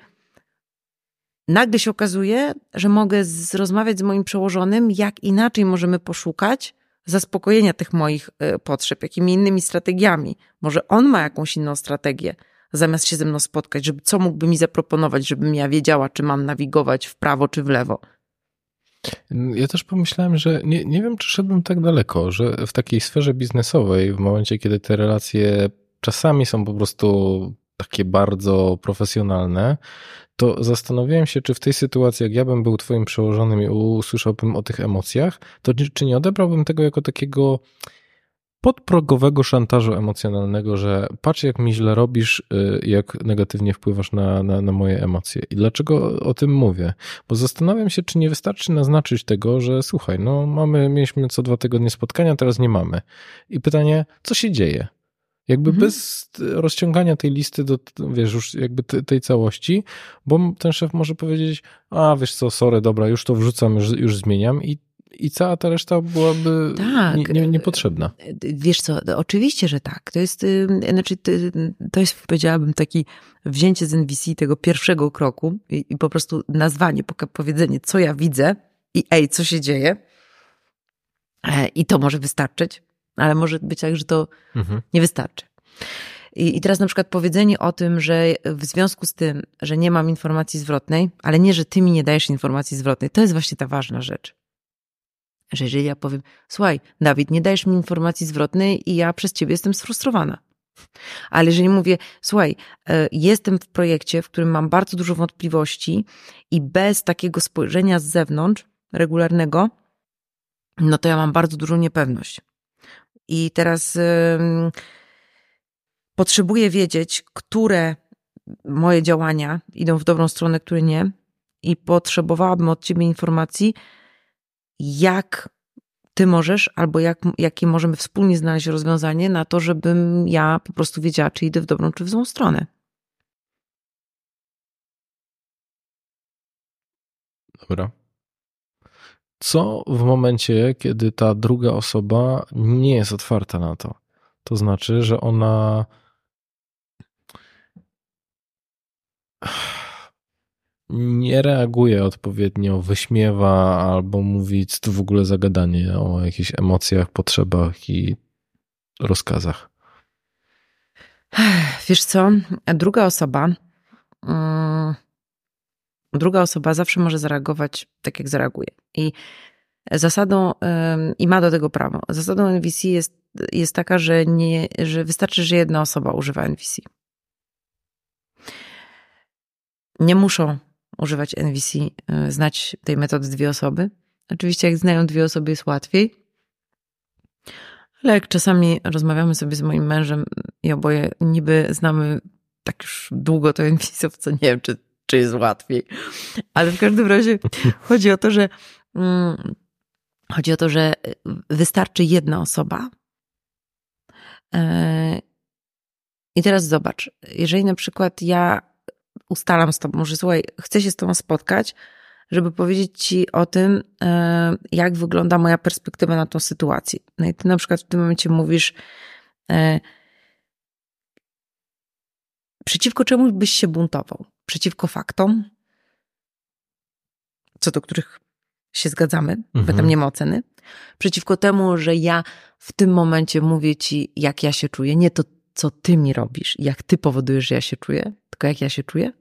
nagle się okazuje, że mogę rozmawiać z moim przełożonym, jak inaczej możemy poszukać zaspokojenia tych moich potrzeb, jakimi innymi strategiami. Może on ma jakąś inną strategię, zamiast się ze mną spotkać, żeby co mógłby mi zaproponować, żebym ja wiedziała, czy mam nawigować w prawo, czy w lewo. Ja też pomyślałem, że nie, nie wiem, czy szedłbym tak daleko, że w takiej sferze biznesowej, w momencie, kiedy te relacje czasami są po prostu takie bardzo profesjonalne, to zastanawiałem się, czy w tej sytuacji, jak ja bym był twoim przełożonym i usłyszałbym o tych emocjach, to czy nie odebrałbym tego jako takiego podprogowego szantażu emocjonalnego, że patrz, jak mi źle robisz, jak negatywnie wpływasz na, na, na moje emocje. I dlaczego o tym mówię? Bo zastanawiam się, czy nie wystarczy naznaczyć tego, że słuchaj, no mamy, mieliśmy co dwa tygodnie spotkania, teraz nie mamy. I pytanie, co się dzieje? Jakby mhm. bez rozciągania tej listy do, wiesz, już jakby tej całości, bo ten szef może powiedzieć, a wiesz co, sorry, dobra, już to wrzucam, już, już zmieniam i I cała ta reszta byłaby tak. nie, nie, niepotrzebna. Wiesz co, oczywiście, że tak. To jest, znaczy, to jest, powiedziałabym, taki wzięcie z N V C tego pierwszego kroku i, i po prostu nazwanie, powiedzenie, co ja widzę i ej, co się dzieje. I to może wystarczyć, ale może być tak, że to mhm. nie wystarczy. I, I teraz na przykład powiedzenie o tym, że w związku z tym, że nie mam informacji zwrotnej, ale nie, że ty mi nie dajesz informacji zwrotnej, to jest właśnie ta ważna rzecz. Że jeżeli ja powiem, słuchaj, Dawid, nie dajesz mi informacji zwrotnej i ja przez ciebie jestem sfrustrowana. Ale jeżeli mówię, słuchaj, jestem w projekcie, w którym mam bardzo dużo wątpliwości i bez takiego spojrzenia z zewnątrz, regularnego, no to ja mam bardzo dużą niepewność. I teraz potrzebuję wiedzieć, które moje działania idą w dobrą stronę, które nie, i potrzebowałabym od ciebie informacji, jak ty możesz, albo jak, jakie możemy wspólnie znaleźć rozwiązanie na to, żebym ja po prostu wiedziała, czy idę w dobrą, czy w złą stronę. Dobra. Co w momencie, kiedy ta druga osoba nie jest otwarta na to? To znaczy, że ona nie reaguje odpowiednio, wyśmiewa albo mówi, co to w ogóle za gadanie o jakichś emocjach, potrzebach i rozkazach. Wiesz co, druga osoba um, druga osoba zawsze może zareagować tak, jak zareaguje. I zasadą, um, i ma do tego prawo. Zasadą N V C jest, jest taka, że, nie, że wystarczy, że jedna osoba używa N V C. Nie muszą używać N V C, znać tej metody dwie osoby. Oczywiście jak znają dwie osoby, jest łatwiej. Ale jak czasami rozmawiamy sobie z moim mężem i oboje niby znamy tak już długo to N V C, co nie wiem, czy, czy jest łatwiej. Ale w każdym razie chodzi o to, że mm, chodzi o to, że wystarczy jedna osoba. Yy, I teraz zobacz, jeżeli na przykład ja ustalam z tobą, że słuchaj, chcę się z tobą spotkać, żeby powiedzieć ci o tym, jak wygląda moja perspektywa na tą sytuację. No i ty na przykład w tym momencie mówisz, przeciwko czemu byś się buntował? Przeciwko faktom, co do których się zgadzamy, mhm. bo tam nie ma oceny. Przeciwko temu, że ja w tym momencie mówię ci, jak ja się czuję. Nie to, co ty mi robisz, jak ty powodujesz, że ja się czuję, tylko jak ja się czuję.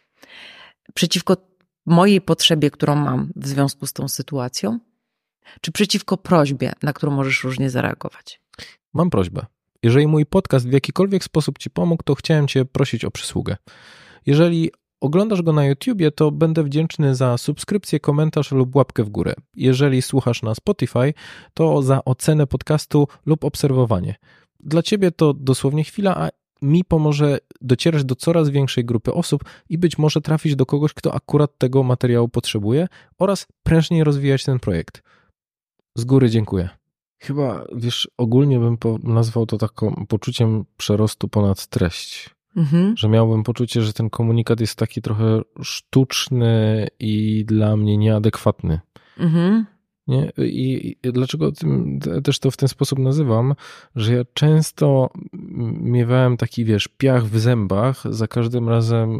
Przeciwko mojej potrzebie, którą mam w związku z tą sytuacją, czy przeciwko prośbie, na którą możesz różnie zareagować? Mam prośbę. Jeżeli mój podcast w jakikolwiek sposób ci pomógł, to chciałem cię prosić o przysługę. Jeżeli oglądasz go na YouTubie, to będę wdzięczny za subskrypcję, komentarz lub łapkę w górę. Jeżeli słuchasz na Spotify, to za ocenę podcastu lub obserwowanie. Dla ciebie to dosłownie chwila, a mi pomoże docierać do coraz większej grupy osób i być może trafić do kogoś, kto akurat tego materiału potrzebuje oraz prężniej rozwijać ten projekt. Z góry dziękuję. Chyba, wiesz, ogólnie bym nazwał to takim poczuciem przerostu ponad treść. Mhm. Że miałbym poczucie, że ten komunikat jest taki trochę sztuczny i dla mnie nieadekwatny. Mhm. Nie? I, I dlaczego tym, też to w ten sposób nazywam, że ja często miewałem taki, wiesz, piach w zębach za każdym razem,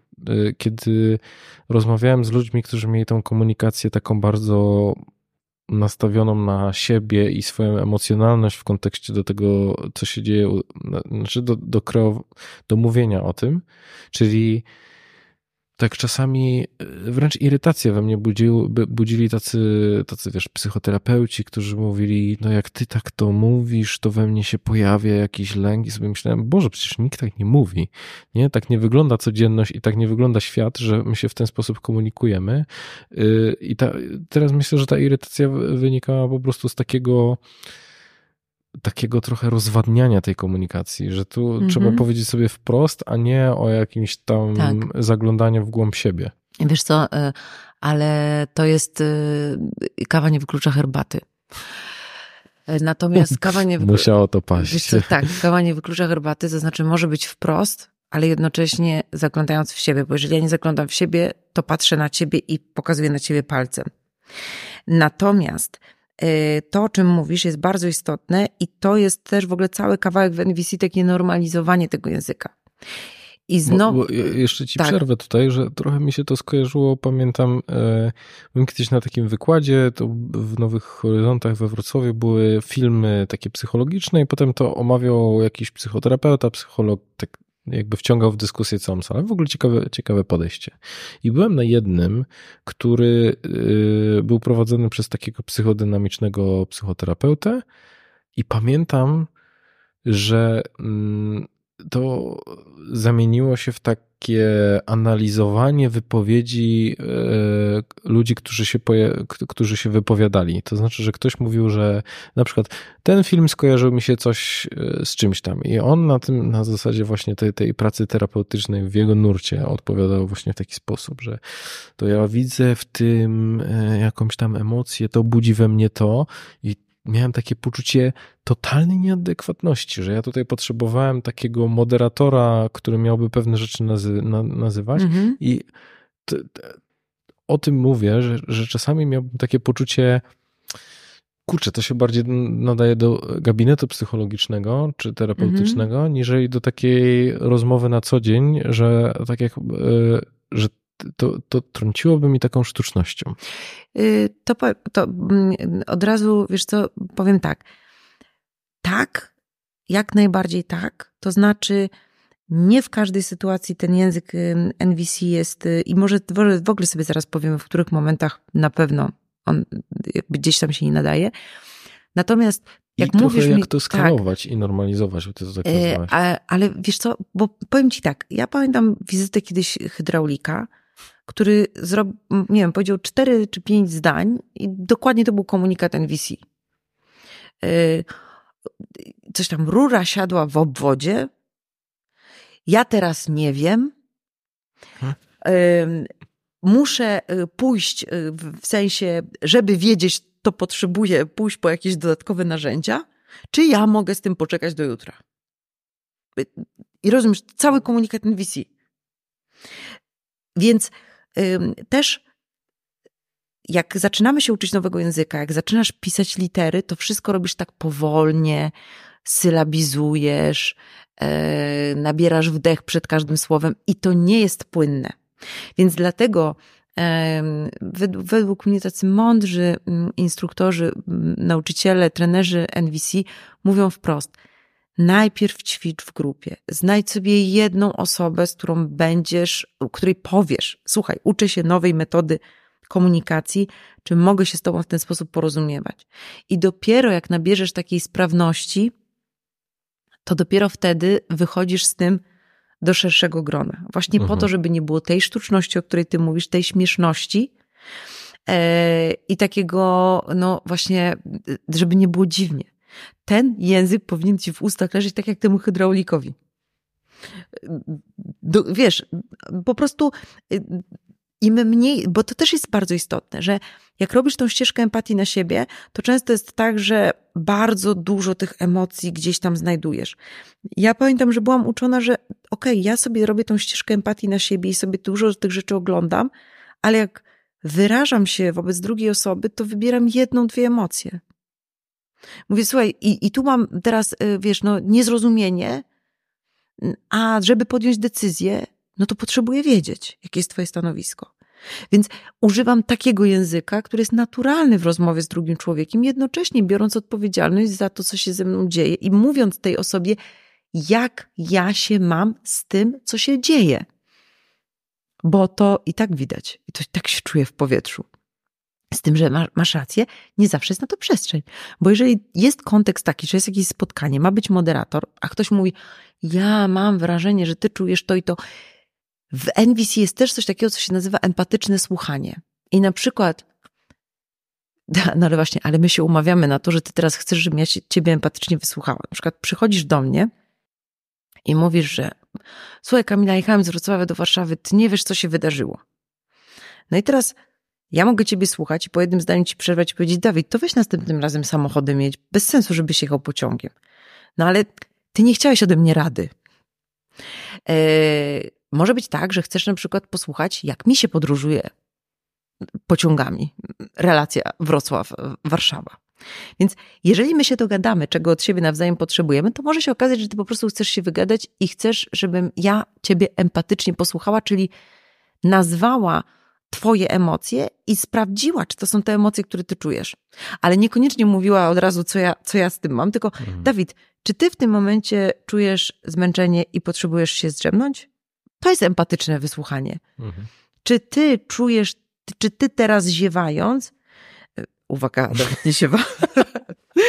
kiedy rozmawiałem z ludźmi, którzy mieli tą komunikację taką bardzo nastawioną na siebie i swoją emocjonalność w kontekście do tego, co się dzieje, znaczy do, do, kreo, do mówienia o tym, czyli tak czasami wręcz irytację we mnie budził, budzili tacy, tacy, wiesz, psychoterapeuci, którzy mówili, no jak ty tak to mówisz, to we mnie się pojawia jakiś lęk i sobie myślałem, Boże, przecież nikt tak nie mówi, nie? Tak nie wygląda codzienność i tak nie wygląda świat, że my się w ten sposób komunikujemy i ta, teraz myślę, że ta irytacja wynikała po prostu z takiego takiego trochę rozwadniania tej komunikacji, że tu mhm. trzeba powiedzieć sobie wprost, a nie o jakimś tam tak. zaglądaniu w głąb siebie. Wiesz co, ale to jest kawa nie wyklucza herbaty. Natomiast kawa nie wyklucza... Musiało to paść. Wiesz co, tak, kawa nie wyklucza herbaty, to znaczy może być wprost, ale jednocześnie zaglądając w siebie, bo jeżeli ja nie zaglądam w siebie, to patrzę na ciebie i pokazuję na ciebie palcem. Natomiast to, o czym mówisz, jest bardzo istotne i to jest też w ogóle cały kawałek w N V C, takie normalizowanie tego języka. I znowu... Bo, bo jeszcze ci tak. przerwę tutaj, że trochę mi się to skojarzyło, pamiętam, e, byłem kiedyś na takim wykładzie, to w Nowych Horyzontach we Wrocławiu były filmy takie psychologiczne i potem to omawiał jakiś psychoterapeuta, psycholog, tak jakby wciągał w dyskusję całą salę. W ogóle ciekawe, ciekawe podejście. I byłem na jednym, który y, był prowadzony przez takiego psychodynamicznego psychoterapeutę i pamiętam, że y, to zamieniło się w takie analizowanie wypowiedzi e, ludzi, którzy się, poje, którzy się wypowiadali. To znaczy, że ktoś mówił, że na przykład ten film skojarzył mi się coś z czymś tam i on na tym, na zasadzie właśnie tej, tej pracy terapeutycznej w jego nurcie odpowiadał właśnie w taki sposób, że to ja widzę w tym e, jakąś tam emocję, to budzi we mnie to i miałem takie poczucie totalnej nieadekwatności, że ja tutaj potrzebowałem takiego moderatora, który miałby pewne rzeczy nazy- na- nazywać mhm. i t- t- o tym mówię, że, że czasami miałbym takie poczucie, kurczę, to się bardziej nadaje do gabinetu psychologicznego czy terapeutycznego, mhm. niżeli do takiej rozmowy na co dzień, że tak jak, że To, to trąciłoby mi taką sztucznością. To, to od razu, wiesz co, powiem tak. Tak, jak najbardziej tak. To znaczy nie w każdej sytuacji ten język N V C jest i może w ogóle sobie zaraz powiemy, w których momentach na pewno on jakby gdzieś tam się nie nadaje. Natomiast jak I mówisz jak mi, to skalować tak, i normalizować, bo ty to tak nazwałaś. Ale, ale wiesz co, bo powiem ci tak, ja pamiętam wizytę kiedyś hydraulika, który zrobił, nie wiem, powiedział cztery czy pięć zdań i dokładnie to był komunikat N V C. Coś tam, rura siadła w obwodzie, ja teraz nie wiem, hmm. muszę pójść, w sensie, żeby wiedzieć, to potrzebuję pójść po jakieś dodatkowe narzędzia, czy ja mogę z tym poczekać do jutra? I rozumiesz, cały komunikat N V C. Więc ym, też jak zaczynamy się uczyć nowego języka, jak zaczynasz pisać litery, to wszystko robisz tak powolnie, sylabizujesz, yy, nabierasz wdech przed każdym słowem i to nie jest płynne. Więc dlatego yy, według, według mnie tacy mądrzy yy, instruktorzy, yy, nauczyciele, trenerzy N V C mówią wprost: najpierw ćwicz w grupie. Znajdź sobie jedną osobę, z którą będziesz, której powiesz: słuchaj, uczę się nowej metody komunikacji, czy mogę się z tobą w ten sposób porozumiewać. I dopiero jak nabierzesz takiej sprawności, to dopiero wtedy wychodzisz z tym do szerszego grona. Właśnie mhm. po to, żeby nie było tej sztuczności, o której ty mówisz, tej śmieszności yy, i takiego, no właśnie, żeby nie było dziwnie. Ten język powinien ci w ustach leżeć tak jak temu hydraulikowi. Do, wiesz, po prostu im mniej, bo to też jest bardzo istotne, że jak robisz tą ścieżkę empatii na siebie, to często jest tak, że bardzo dużo tych emocji gdzieś tam znajdujesz. Ja pamiętam, że byłam uczona, że okej, okay, ja sobie robię tą ścieżkę empatii na siebie i sobie dużo tych rzeczy oglądam, ale jak wyrażam się wobec drugiej osoby, to wybieram jedną, dwie emocje. Mówię: słuchaj, i, i tu mam teraz, wiesz, no niezrozumienie, a żeby podjąć decyzję, no to potrzebuję wiedzieć, jakie jest twoje stanowisko. Więc używam takiego języka, który jest naturalny w rozmowie z drugim człowiekiem, jednocześnie biorąc odpowiedzialność za to, co się ze mną dzieje i mówiąc tej osobie, jak ja się mam z tym, co się dzieje. Bo to i tak widać, i to i tak się czuje w powietrzu. Z tym, że masz rację, nie zawsze jest na to przestrzeń. Bo jeżeli jest kontekst taki, że jest jakieś spotkanie, ma być moderator, a ktoś mówi: ja mam wrażenie, że ty czujesz to i to. W N V C jest też coś takiego, co się nazywa empatyczne słuchanie. I na przykład, no ale właśnie, ale my się umawiamy na to, że ty teraz chcesz, żebym ja się, ciebie empatycznie wysłuchała. Na przykład przychodzisz do mnie i mówisz, że słuchaj Kamila, jechałem z Wrocławia do Warszawy, ty nie wiesz, co się wydarzyło. No i teraz ja mogę ciebie słuchać i po jednym zdaniu ci przerwać i powiedzieć: Dawid, to weź następnym razem samochodem jedź. Bez sensu, żebyś jechał pociągiem. No ale ty nie chciałeś ode mnie rady. Yy, może być tak, że chcesz na przykład posłuchać, jak mi się podróżuje pociągami. Relacja Wrocław-Warszawa. Więc jeżeli my się dogadamy, czego od siebie nawzajem potrzebujemy, to może się okazać, że ty po prostu chcesz się wygadać i chcesz, żebym ja ciebie empatycznie posłuchała, czyli nazwała twoje emocje i sprawdziła, czy to są te emocje, które ty czujesz. Ale niekoniecznie mówiła od razu, co ja, co ja z tym mam, tylko mhm. Dawid, czy ty w tym momencie czujesz zmęczenie i potrzebujesz się zdrzemnąć? To jest empatyczne wysłuchanie. Mhm. Czy ty czujesz, czy ty teraz ziewając, uwaga, Dawid nie ziewa,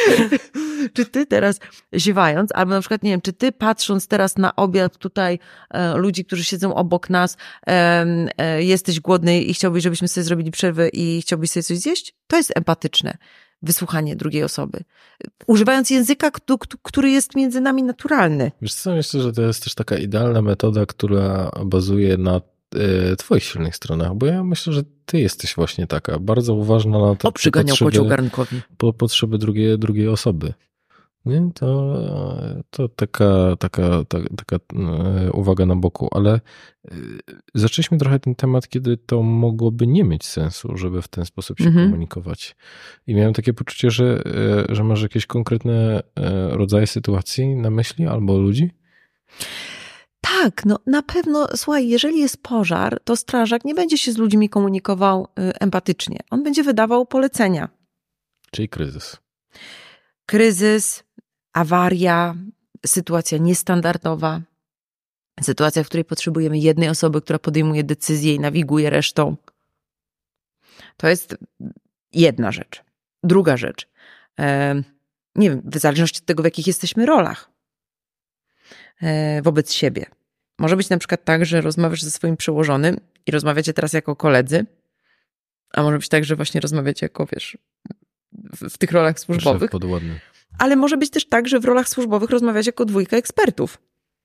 Czy ty teraz ziewając, albo na przykład, nie wiem, czy ty patrząc teraz na obiad tutaj e, ludzi, którzy siedzą obok nas, e, e, jesteś głodny i chciałbyś, żebyśmy sobie zrobili przerwę i chciałbyś sobie coś zjeść? To jest empatyczne. Wysłuchanie drugiej osoby. Używając języka, który jest między nami naturalny. Wiesz co, myślę, że to jest też taka idealna metoda, która bazuje na y, twoich silnych stronach, bo ja myślę, że ty jesteś właśnie taka, bardzo uważna na te o, przyganiał kocioł garnkowi. Po, potrzeby drugiej, drugiej osoby. Nie? To, to taka, taka, taka, taka uwaga na boku, ale zaczęliśmy trochę ten temat, kiedy to mogłoby nie mieć sensu, żeby w ten sposób się mhm. komunikować. I miałem takie poczucie, że, że masz jakieś konkretne rodzaje sytuacji na myśli albo ludzi? Tak, no na pewno, słuchaj, jeżeli jest pożar, to strażak nie będzie się z ludźmi komunikował empatycznie. On będzie wydawał polecenia. Czyli kryzys. Kryzys, awaria, sytuacja niestandardowa, sytuacja, w której potrzebujemy jednej osoby, która podejmuje decyzję i nawiguje resztą. To jest jedna rzecz. Druga rzecz. Nie wiem, w zależności od tego, w jakich jesteśmy rolach wobec siebie. Może być na przykład tak, że rozmawiasz ze swoim przełożonym i rozmawiacie teraz jako koledzy, a może być tak, że właśnie rozmawiacie jako, wiesz, w, w tych rolach służbowych. Szef podwładny. Ale może być też tak, że w rolach służbowych rozmawiacie jako dwójka ekspertów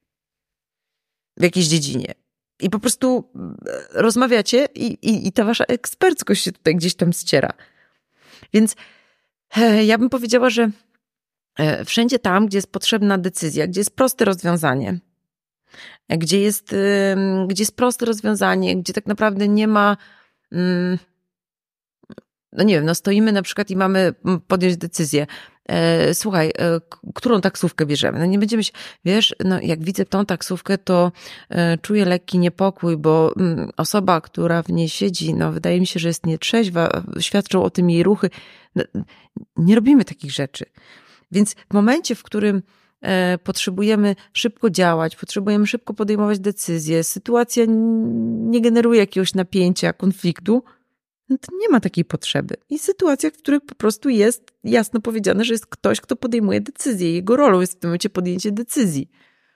w jakiejś dziedzinie. I po prostu rozmawiacie i, i, i ta wasza eksperckość się tutaj gdzieś tam ściera. Więc e, ja bym powiedziała, że e, wszędzie tam, gdzie jest potrzebna decyzja, gdzie jest proste rozwiązanie, gdzie jest, e, gdzie jest proste rozwiązanie, gdzie tak naprawdę nie ma... Mm, no nie wiem, no stoimy na przykład i mamy podjąć decyzję. E, słuchaj, e, którą taksówkę bierzemy? No nie będziemy się, wiesz, no jak widzę tą taksówkę, to e, czuję lekki niepokój, bo m, osoba, która w niej siedzi, no wydaje mi się, że jest nietrzeźwa, świadczą o tym jej ruchy. No, nie robimy takich rzeczy. Więc w momencie, w którym e, potrzebujemy szybko działać, potrzebujemy szybko podejmować decyzje, sytuacja nie generuje jakiegoś napięcia, konfliktu, no to nie ma takiej potrzeby. I sytuacja, w której po prostu jest jasno powiedziane, że jest ktoś, kto podejmuje decyzję. Jego rolą jest w tym momencie podjęcie decyzji.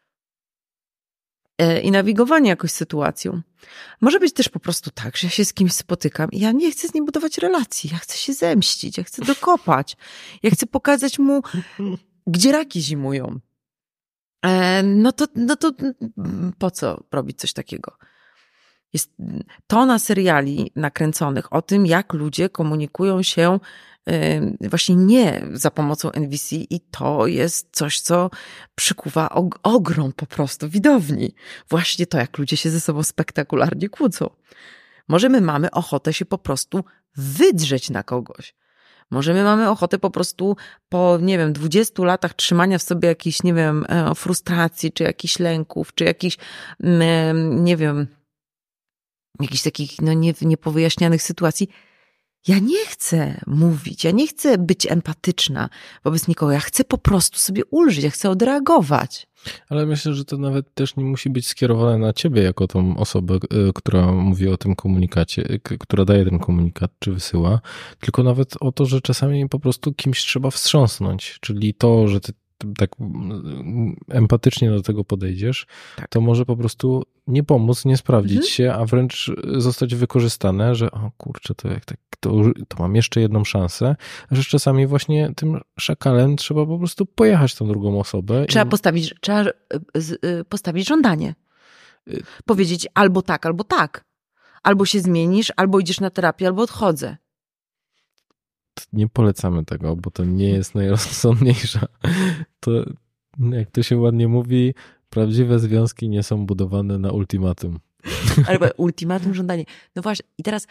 I nawigowanie jakoś sytuacją. Może być też po prostu tak, że ja się z kimś spotykam i ja nie chcę z nim budować relacji. Ja chcę się zemścić, ja chcę dokopać. Ja chcę pokazać mu, gdzie raki zimują. No to, no to po co robić coś takiego? Jest tona seriali nakręconych o tym, jak ludzie komunikują się właśnie nie za pomocą N V C i to jest coś, co przykuwa ogrom po prostu widowni. Właśnie to, jak ludzie się ze sobą spektakularnie kłócą. Może my mamy ochotę się po prostu wydrzeć na kogoś. Może my mamy ochotę po prostu po, nie wiem, dwudziestu latach trzymania w sobie jakichś, nie wiem, frustracji, czy jakichś lęków, czy jakichś, nie wiem, jakichś takich no, nie, niepowyjaśnianych sytuacji. Ja nie chcę mówić, ja nie chcę być empatyczna wobec nikogo. Ja chcę po prostu sobie ulżyć, ja chcę odreagować. Ale myślę, że to nawet też nie musi być skierowane na ciebie jako tą osobę, która mówi o tym komunikacie, która daje ten komunikat czy wysyła, tylko nawet o to, że czasami po prostu kimś trzeba wstrząsnąć. Czyli to, że ty tak empatycznie do tego podejdziesz, tak. To może po prostu nie pomóc, nie sprawdzić mhm. się, a wręcz zostać wykorzystane, że o kurczę, to jak tak, to, to mam jeszcze jedną szansę, że czasami właśnie tym szakalem trzeba po prostu pojechać tą drugą osobę. Trzeba i... postawić, trzeba postawić żądanie. Powiedzieć albo tak, albo tak. Albo się zmienisz, albo idziesz na terapię, albo odchodzę. Nie polecamy tego, bo to nie jest najrozsądniejsza. To, jak to się ładnie mówi, prawdziwe związki nie są budowane na ultimatum. Albo ultimatum, żądanie. No właśnie, i teraz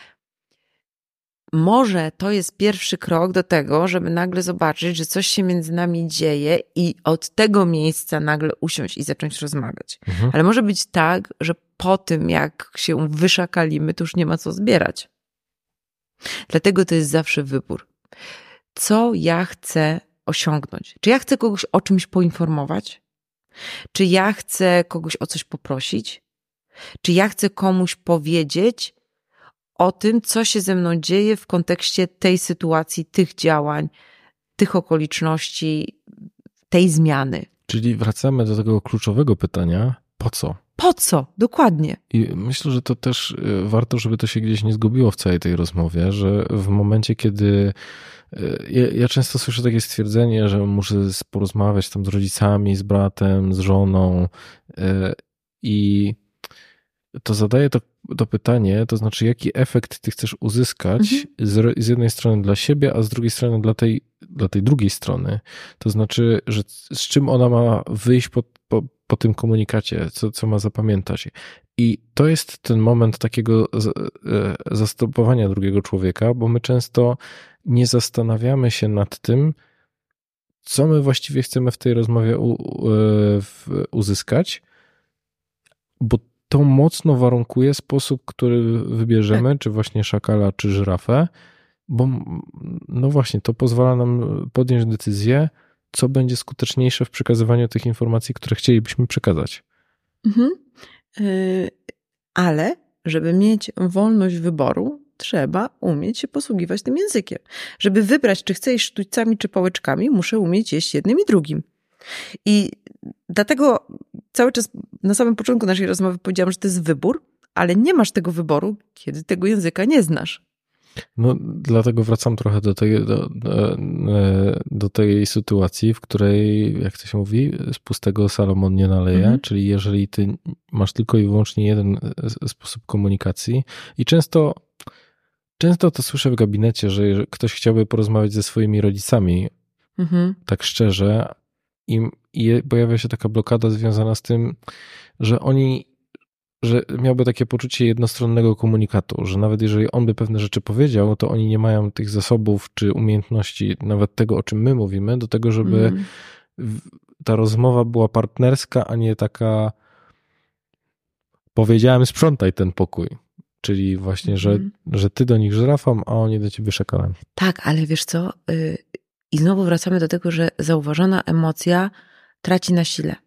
może to jest pierwszy krok do tego, żeby nagle zobaczyć, że coś się między nami dzieje i od tego miejsca nagle usiąść i zacząć rozmawiać. Mhm. Ale może być tak, że po tym, jak się wyszakalimy, to już nie ma co zbierać. Dlatego to jest zawsze wybór. Co ja chcę osiągnąć? Czy ja chcę kogoś o czymś poinformować? Czy ja chcę kogoś o coś poprosić? Czy ja chcę komuś powiedzieć o tym, co się ze mną dzieje w kontekście tej sytuacji, tych działań, tych okoliczności, tej zmiany. Czyli wracamy do tego kluczowego pytania, po co? Po co? Dokładnie. I myślę, że to też warto, żeby to się gdzieś nie zgubiło w całej tej rozmowie, że w momencie, kiedy ja, ja często słyszę takie stwierdzenie, że muszę porozmawiać tam z rodzicami, z bratem, z żoną i to zadaję to, to pytanie, to znaczy jaki efekt ty chcesz uzyskać mhm. z, z jednej strony dla siebie, a z drugiej strony dla tej, dla tej drugiej strony. To znaczy, że z czym ona ma wyjść po, po, po tym komunikacie, co, co ma zapamiętać. I to jest ten moment takiego zastopowania drugiego człowieka, bo my często nie zastanawiamy się nad tym, co my właściwie chcemy w tej rozmowie u, u, uzyskać, bo to mocno warunkuje sposób, który wybierzemy, tak. czy właśnie szakala, czy żyrafę, bo no właśnie, to pozwala nam podjąć decyzję, co będzie skuteczniejsze w przekazywaniu tych informacji, które chcielibyśmy przekazać. Mhm. Yy, ale żeby mieć wolność wyboru, trzeba umieć się posługiwać tym językiem. Żeby wybrać, czy chcę jeść sztućcami, czy pałeczkami, muszę umieć jeść jednym i drugim. I dlatego cały czas na samym początku naszej rozmowy powiedziałam, że to jest wybór, ale nie masz tego wyboru, kiedy tego języka nie znasz. No, dlatego wracam trochę do tej, do, do, do tej sytuacji, w której, jak to się mówi, z pustego Salomon nie naleje, mhm. czyli jeżeli ty masz tylko i wyłącznie jeden sposób komunikacji i często, często to słyszę w gabinecie, że ktoś chciałby porozmawiać ze swoimi rodzicami, mhm. tak szczerze, i, i pojawia się taka blokada związana z tym, że oni że miałby takie poczucie jednostronnego komunikatu, że nawet jeżeli on by pewne rzeczy powiedział, to oni nie mają tych zasobów czy umiejętności, nawet tego, o czym my mówimy, do tego, żeby mm. ta rozmowa była partnerska, a nie taka powiedziałem, sprzątaj ten pokój. Czyli właśnie, mm. że, że ty do nich żyrafą, a oni do ciebie szakalem. Tak, ale wiesz co? I znowu wracamy do tego, że zauważona emocja traci na sile.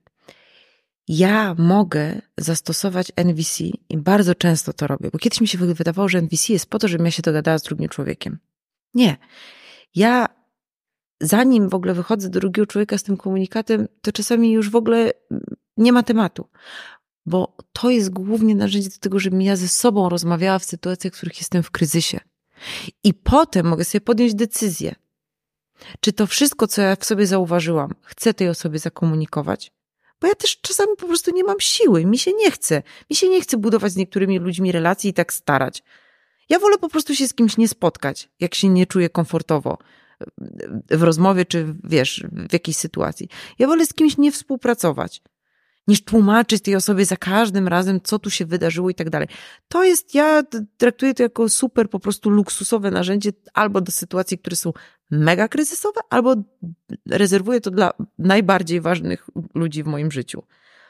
Ja mogę zastosować N V C i bardzo często to robię, bo kiedyś mi się wydawało, że N V C jest po to, żebym ja się dogadała z drugim człowiekiem. Nie. Ja zanim w ogóle wychodzę do drugiego człowieka z tym komunikatem, to czasami już w ogóle nie ma tematu, bo to jest głównie narzędzie do tego, żebym ja ze sobą rozmawiała w sytuacjach, w których jestem w kryzysie. I potem mogę sobie podjąć decyzję, czy to wszystko, co ja w sobie zauważyłam, chcę tej osobie zakomunikować, bo ja też czasami po prostu nie mam siły, mi się nie chce. Mi się nie chce budować z niektórymi ludźmi relacji i tak starać. Ja wolę po prostu się z kimś nie spotkać, jak się nie czuję komfortowo w rozmowie, czy wiesz, w jakiejś sytuacji. Ja wolę z kimś nie współpracować, niż tłumaczyć tej osobie za każdym razem, co tu się wydarzyło i tak dalej. To jest, ja traktuję to jako super po prostu luksusowe narzędzie albo do sytuacji, które są mega kryzysowe, albo rezerwuję to dla najbardziej ważnych ludzi w moim życiu.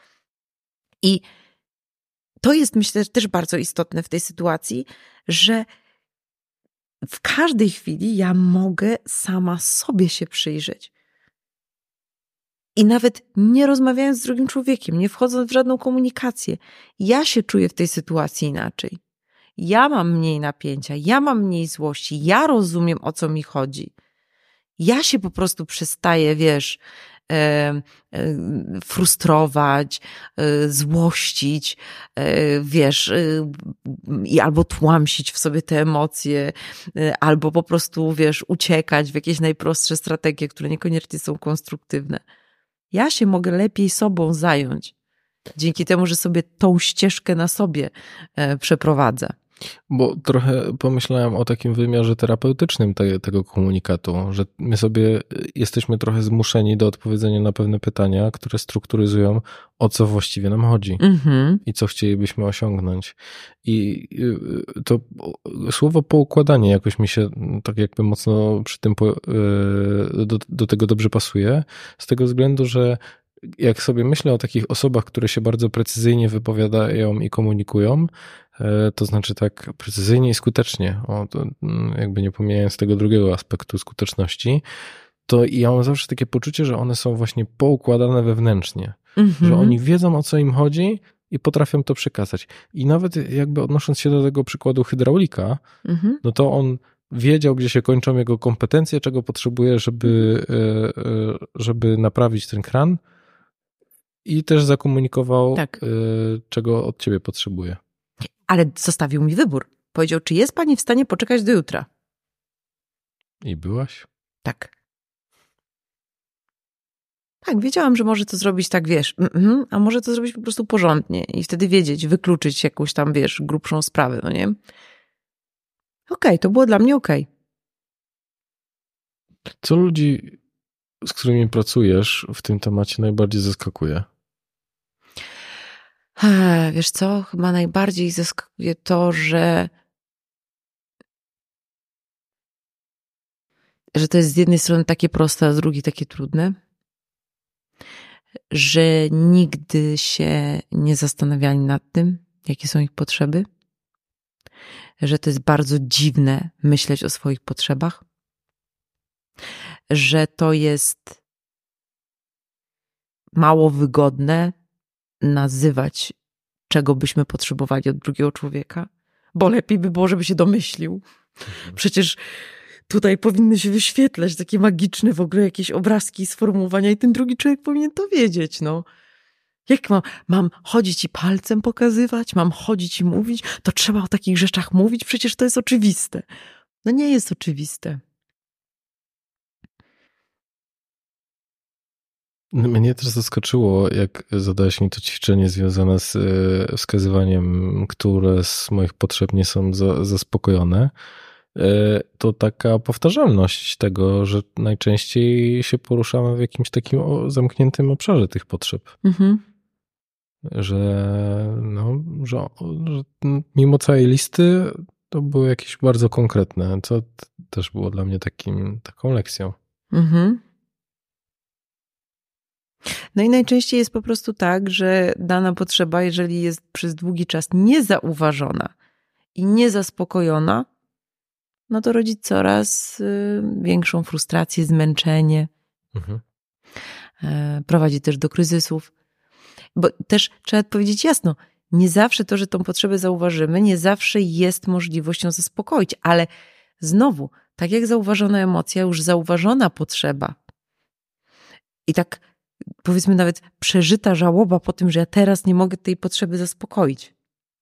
I to jest, myślę, też bardzo istotne w tej sytuacji, że w każdej chwili ja mogę sama sobie się przyjrzeć. I nawet nie rozmawiając z drugim człowiekiem, nie wchodząc w żadną komunikację, ja się czuję w tej sytuacji inaczej. Ja mam mniej napięcia, ja mam mniej złości, ja rozumiem, o co mi chodzi. Ja się po prostu przestaję, wiesz, e, e, frustrować, e, złościć, e, wiesz, e, i albo tłamsić w sobie te emocje, e, albo po prostu, wiesz, uciekać w jakieś najprostsze strategie, które niekoniecznie są konstruktywne. Ja się mogę lepiej sobą zająć, dzięki temu, że sobie tą ścieżkę na sobie e, przeprowadzę. Bo trochę pomyślałem o takim wymiarze terapeutycznym te, tego komunikatu, że my sobie jesteśmy trochę zmuszeni do odpowiedzenia na pewne pytania, które strukturyzują, o co właściwie nam chodzi mm-hmm. i co chcielibyśmy osiągnąć. I to słowo poukładanie jakoś mi się tak jakby mocno przy tym po, do, do tego dobrze pasuje, z tego względu, że jak sobie myślę o takich osobach, które się bardzo precyzyjnie wypowiadają i komunikują, to znaczy tak precyzyjnie i skutecznie, o, to jakby nie pomijając tego drugiego aspektu skuteczności, to ja mam zawsze takie poczucie, że one są właśnie poukładane wewnętrznie, mm-hmm. że oni wiedzą, o co im chodzi i potrafią to przekazać. I nawet jakby odnosząc się do tego przykładu hydraulika, mm-hmm. no to on wiedział, gdzie się kończą jego kompetencje, czego potrzebuje, żeby, żeby naprawić ten kran i też zakomunikował, Tak. czego od ciebie potrzebuje. Ale zostawił mi wybór. Powiedział, czy jest pani w stanie poczekać do jutra? I byłaś? Tak. Tak, wiedziałam, że może to zrobić tak, wiesz, mm-hmm, a może to zrobić po prostu porządnie i wtedy wiedzieć, wykluczyć jakąś tam, wiesz, grubszą sprawę, no nie? Okej, okay, to było dla mnie okej. Okay. Co ludzi, z którymi pracujesz, w tym temacie najbardziej zaskakuje? Wiesz co, chyba najbardziej zaskakuje to, że że to jest z jednej strony takie proste, a z drugiej takie trudne, że nigdy się nie zastanawiali nad tym, jakie są ich potrzeby, że to jest bardzo dziwne myśleć o swoich potrzebach, że to jest mało wygodne nazywać, czego byśmy potrzebowali od drugiego człowieka, bo lepiej by było, żeby się domyślił. Przecież tutaj powinny się wyświetlać takie magiczne w ogóle jakieś obrazki, sformułowania i ten drugi człowiek powinien to wiedzieć, no. Jak mam, mam chodzić i palcem pokazywać? Mam chodzić i mówić? To trzeba o takich rzeczach mówić? Przecież to jest oczywiste. No nie jest oczywiste. Mnie też zaskoczyło, jak zadałeś mi to ćwiczenie związane z wskazywaniem, które z moich potrzeb nie są za, zaspokojone. To taka powtarzalność tego, że najczęściej się poruszamy w jakimś takim zamkniętym obszarze tych potrzeb. Mhm. Że, no, że, że mimo całej listy to były jakieś bardzo konkretne, co też było dla mnie takim, taką lekcją. Mhm. No i najczęściej jest po prostu tak, że dana potrzeba, jeżeli jest przez długi czas niezauważona i niezaspokojona, no to rodzi coraz większą frustrację, zmęczenie. Mhm. Prowadzi też do kryzysów. Bo też trzeba powiedzieć jasno, nie zawsze to, że tą potrzebę zauważymy, nie zawsze jest możliwością zaspokoić, ale znowu, tak jak zauważona emocja, już zauważona potrzeba i tak powiedzmy nawet przeżyta żałoba po tym, że ja teraz nie mogę tej potrzeby zaspokoić.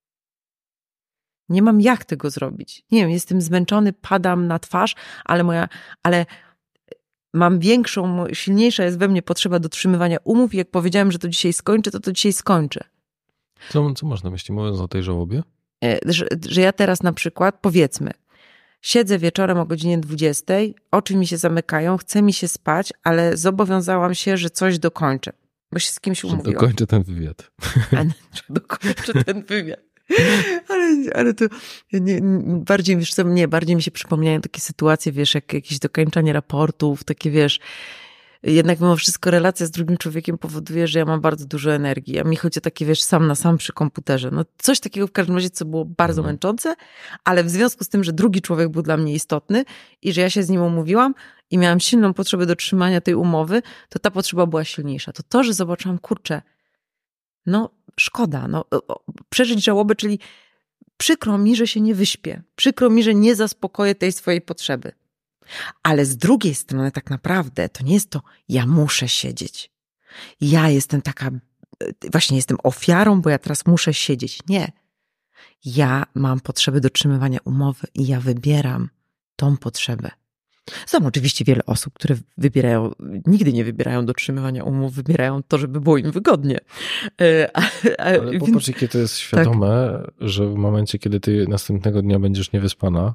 Nie mam jak tego zrobić. Nie wiem, jestem zmęczony, padam na twarz, ale moja, ale mam większą, silniejsza jest we mnie potrzeba dotrzymywania umów i jak powiedziałem, że to dzisiaj skończę, to to dzisiaj skończę. Co, co masz na myśli, mówiąc o tej żałobie? Że, że ja teraz na przykład, powiedzmy, siedzę wieczorem o godzinie dwudziestej, oczy mi się zamykają, chce mi się spać, ale zobowiązałam się, że coś dokończę, bo się z kimś umówiłam. Że dokończę ten wywiad. Że dokończę ten wywiad. Ale, ale to nie, bardziej, wiesz co, nie, bardziej mi się przypomniają takie sytuacje, wiesz, jak jakieś dokończanie raportów, takie, wiesz, jednak mimo wszystko relacja z drugim człowiekiem powoduje, że ja mam bardzo dużo energii, a mi chodzi o takie, wiesz, sam na sam przy komputerze. No coś takiego w każdym razie, co było bardzo mhm. męczące, ale w związku z tym, że drugi człowiek był dla mnie istotny i że ja się z nim umówiłam i miałam silną potrzebę dotrzymania tej umowy, to ta potrzeba była silniejsza. To to, że zobaczyłam, kurczę, no szkoda, no przeżyć żałobę, czyli przykro mi, że się nie wyśpię, przykro mi, że nie zaspokoję tej swojej potrzeby. Ale z drugiej strony tak naprawdę to nie jest to, ja muszę siedzieć. Ja jestem taka, właśnie jestem ofiarą, bo ja teraz muszę siedzieć. Nie. Ja mam potrzebę dotrzymywania umowy i ja wybieram tą potrzebę. Są oczywiście wiele osób, które wybierają, nigdy nie wybierają dotrzymywania umów, wybierają to, żeby było im wygodnie. A, a, Ale więc... popatrz, jakie to jest świadome, tak. Że w momencie, kiedy ty następnego dnia będziesz niewyspana,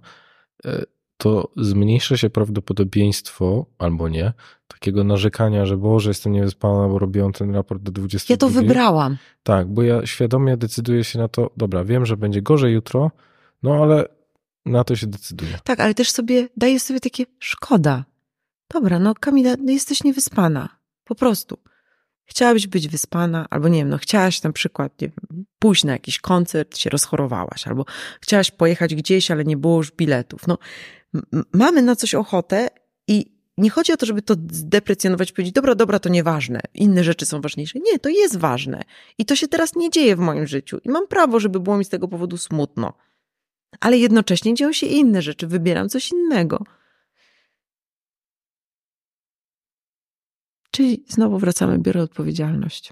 to zmniejszy się prawdopodobieństwo, albo nie, takiego narzekania, że Boże, jestem niewyspana, bo robiłam ten raport do dwudziestej drugiej. Ja to wybrałam. Tak, bo ja świadomie decyduję się na to, dobra, wiem, że będzie gorzej jutro, no ale na to się decyduję. Tak, ale też sobie daję sobie takie, szkoda. Dobra, no Kamila, no jesteś niewyspana. Po prostu. Chciałabyś być wyspana, albo nie wiem, no chciałaś na przykład nie wiem, pójść na jakiś koncert, się rozchorowałaś, albo chciałaś pojechać gdzieś, ale nie było już biletów. No, m- mamy na coś ochotę i nie chodzi o to, żeby to zdeprecjonować, powiedzieć, dobra, dobra, to nieważne, inne rzeczy są ważniejsze. Nie, to jest ważne i to się teraz nie dzieje w moim życiu i mam prawo, żeby było mi z tego powodu smutno. Ale jednocześnie dzieją się inne rzeczy, wybieram coś innego. Czyli znowu wracamy, biorę odpowiedzialność.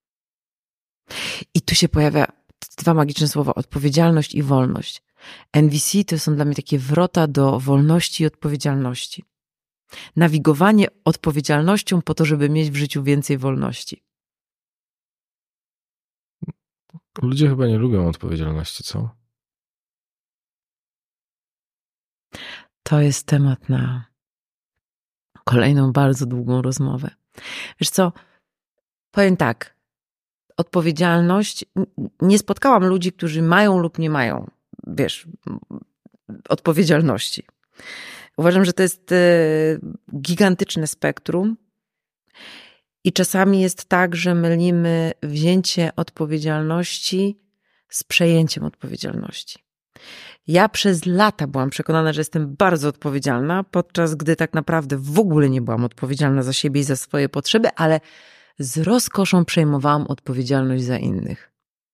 I tu się pojawia dwa magiczne słowa, odpowiedzialność i wolność. N V C to są dla mnie takie wrota do wolności i odpowiedzialności. Nawigowanie odpowiedzialnością po to, żeby mieć w życiu więcej wolności. Ludzie chyba nie lubią odpowiedzialności, co? To jest temat na kolejną bardzo długą rozmowę. Wiesz co, powiem tak, odpowiedzialność, nie spotkałam ludzi, którzy mają lub nie mają, wiesz, odpowiedzialności. Uważam, że to jest gigantyczne spektrum i czasami jest tak, że mylimy wzięcie odpowiedzialności z przejęciem odpowiedzialności. Ja przez lata byłam przekonana, że jestem bardzo odpowiedzialna, podczas gdy tak naprawdę w ogóle nie byłam odpowiedzialna za siebie i za swoje potrzeby, ale z rozkoszą przejmowałam odpowiedzialność za innych.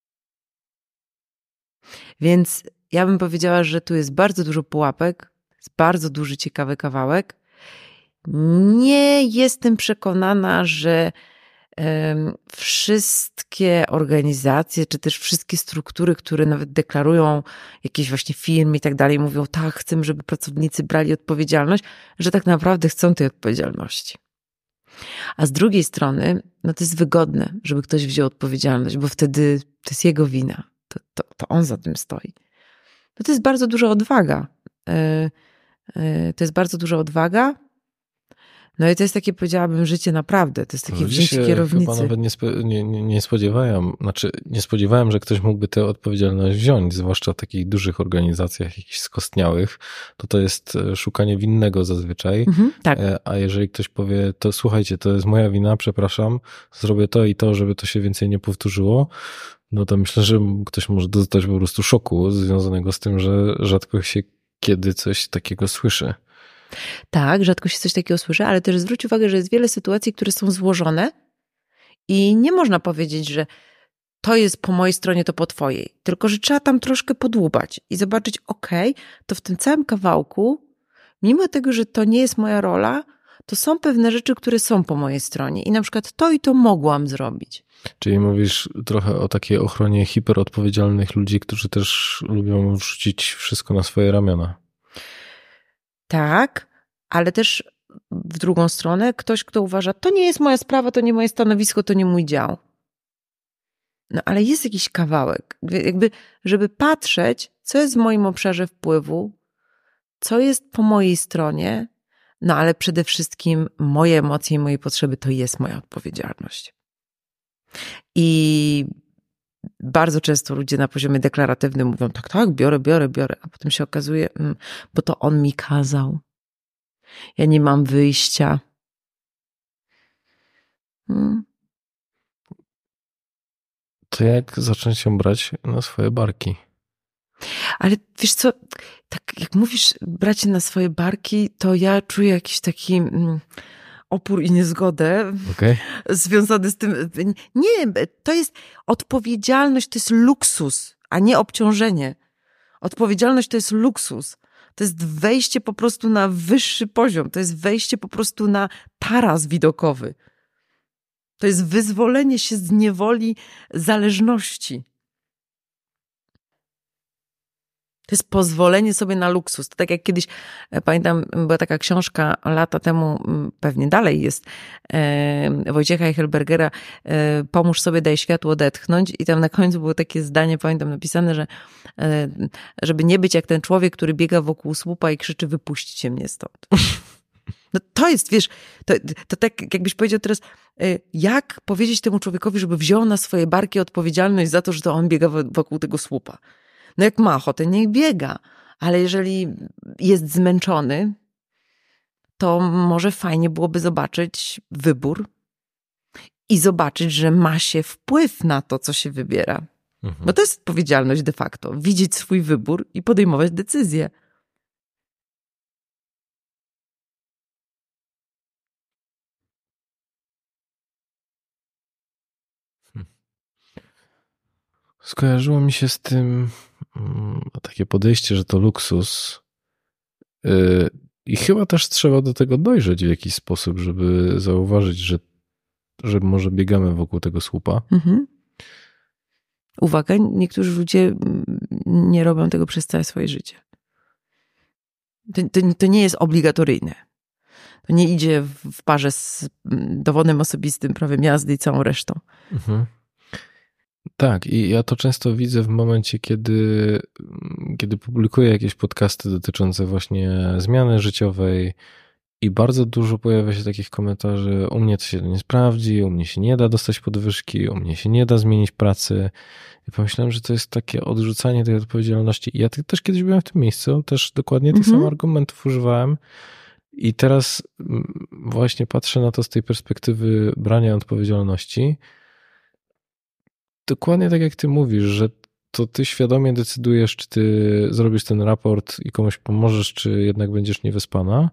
Więc ja bym powiedziała, że tu jest bardzo dużo pułapek, jest bardzo duży, ciekawy kawałek. Nie jestem przekonana, że um, wszystkie organizacje, czy też wszystkie struktury, które nawet deklarują jakieś właśnie firmy i tak dalej, mówią tak, chcemy, żeby pracownicy brali odpowiedzialność, że tak naprawdę chcą tej odpowiedzialności. A z drugiej strony, no to jest wygodne, żeby ktoś wziął odpowiedzialność, bo wtedy to jest jego wina. To, to, to on za tym stoi. No to jest bardzo duża odwaga. Yy, yy, to jest bardzo duża odwaga. No i to jest takie, powiedziałabym, życie naprawdę. To jest takie Ludzie wzięcie się kierownicy. chyba nawet nie, spo, nie, nie, nie spodziewają, znaczy nie spodziewałem, że ktoś mógłby tę odpowiedzialność wziąć, zwłaszcza w takich dużych organizacjach, jakichś skostniałych, to to jest szukanie winnego zazwyczaj. Mhm, tak. A jeżeli ktoś powie, to słuchajcie, to jest moja wina, przepraszam, zrobię to i to, żeby to się więcej nie powtórzyło, no to myślę, że ktoś może dostać po prostu szoku związanego z tym, że rzadko się kiedy coś takiego słyszy. Tak, rzadko się coś takiego słyszy, ale też zwróć uwagę, że jest wiele sytuacji, które są złożone i nie można powiedzieć, że to jest po mojej stronie, to po twojej. Tylko, że trzeba tam troszkę podłubać i zobaczyć, okej, okay, to w tym całym kawałku, mimo tego, że to nie jest moja rola, to są pewne rzeczy, które są po mojej stronie i na przykład to i to mogłam zrobić. Czyli mówisz trochę o takiej ochronie hiperodpowiedzialnych ludzi, którzy też lubią wrzucić wszystko na swoje ramiona. Tak, ale też w drugą stronę ktoś, kto uważa, to nie jest moja sprawa, to nie moje stanowisko, to nie mój dział. No ale jest jakiś kawałek, jakby, żeby patrzeć, co jest w moim obszarze wpływu, co jest po mojej stronie, no ale przede wszystkim moje emocje i moje potrzeby to jest moja odpowiedzialność. I bardzo często ludzie na poziomie deklaratywnym mówią, tak, tak, biorę, biorę, biorę, a potem się okazuje, bo to on mi kazał. Ja nie mam wyjścia. Hmm. To jak zacząć się brać na swoje barki? Ale wiesz co, tak jak mówisz brać na swoje barki, to ja czuję jakiś taki mm, opór i niezgodę okay. związany z tym. Nie, to jest odpowiedzialność, to jest luksus, a nie obciążenie. Odpowiedzialność to jest luksus. To jest wejście po prostu na wyższy poziom. To jest wejście po prostu na taras widokowy. To jest wyzwolenie się z niewoli zależności. To jest pozwolenie sobie na luksus. To tak jak kiedyś, pamiętam, była taka książka lata temu, pewnie dalej jest, e, Wojciecha Eichelbergera, e, Pomóż sobie, daj światło odetchnąć. I tam na końcu było takie zdanie, pamiętam, napisane, że e, żeby nie być jak ten człowiek, który biega wokół słupa i krzyczy, wypuśćcie mnie stąd. No to jest, wiesz, to, to tak jakbyś powiedział teraz, jak powiedzieć temu człowiekowi, żeby wziął na swoje barki odpowiedzialność za to, że to on biega wokół tego słupa. No jak ma ochotę, niech biega, ale jeżeli jest zmęczony, to może fajnie byłoby zobaczyć wybór i zobaczyć, że ma się wpływ na to, co się wybiera. Mhm. Bo to jest odpowiedzialność de facto. Widzieć swój wybór i podejmować decyzje. Skojarzyło mi się z tym takie podejście, że to luksus. I chyba też trzeba do tego dojrzeć w jakiś sposób, żeby zauważyć, że, że może biegamy wokół tego słupa. Mhm. Uwaga, niektórzy ludzie nie robią tego przez całe swoje życie. To, to, to nie jest obligatoryjne. To nie idzie w parze z dowodem osobistym, prawem jazdy i całą resztą. Mhm. Tak, i ja to często widzę w momencie, kiedy, kiedy publikuję jakieś podcasty dotyczące właśnie zmiany życiowej i bardzo dużo pojawia się takich komentarzy: u mnie to się nie sprawdzi, u mnie się nie da dostać podwyżki, u mnie się nie da zmienić pracy. I pomyślałem, że to jest takie odrzucanie tej odpowiedzialności. I ja też kiedyś byłem w tym miejscu, też dokładnie tych mhm. samych argumentów używałem. I teraz właśnie patrzę na to z tej perspektywy brania odpowiedzialności. Dokładnie tak jak ty mówisz, że to ty świadomie decydujesz, czy ty zrobisz ten raport i komuś pomożesz, czy jednak będziesz niewyspana.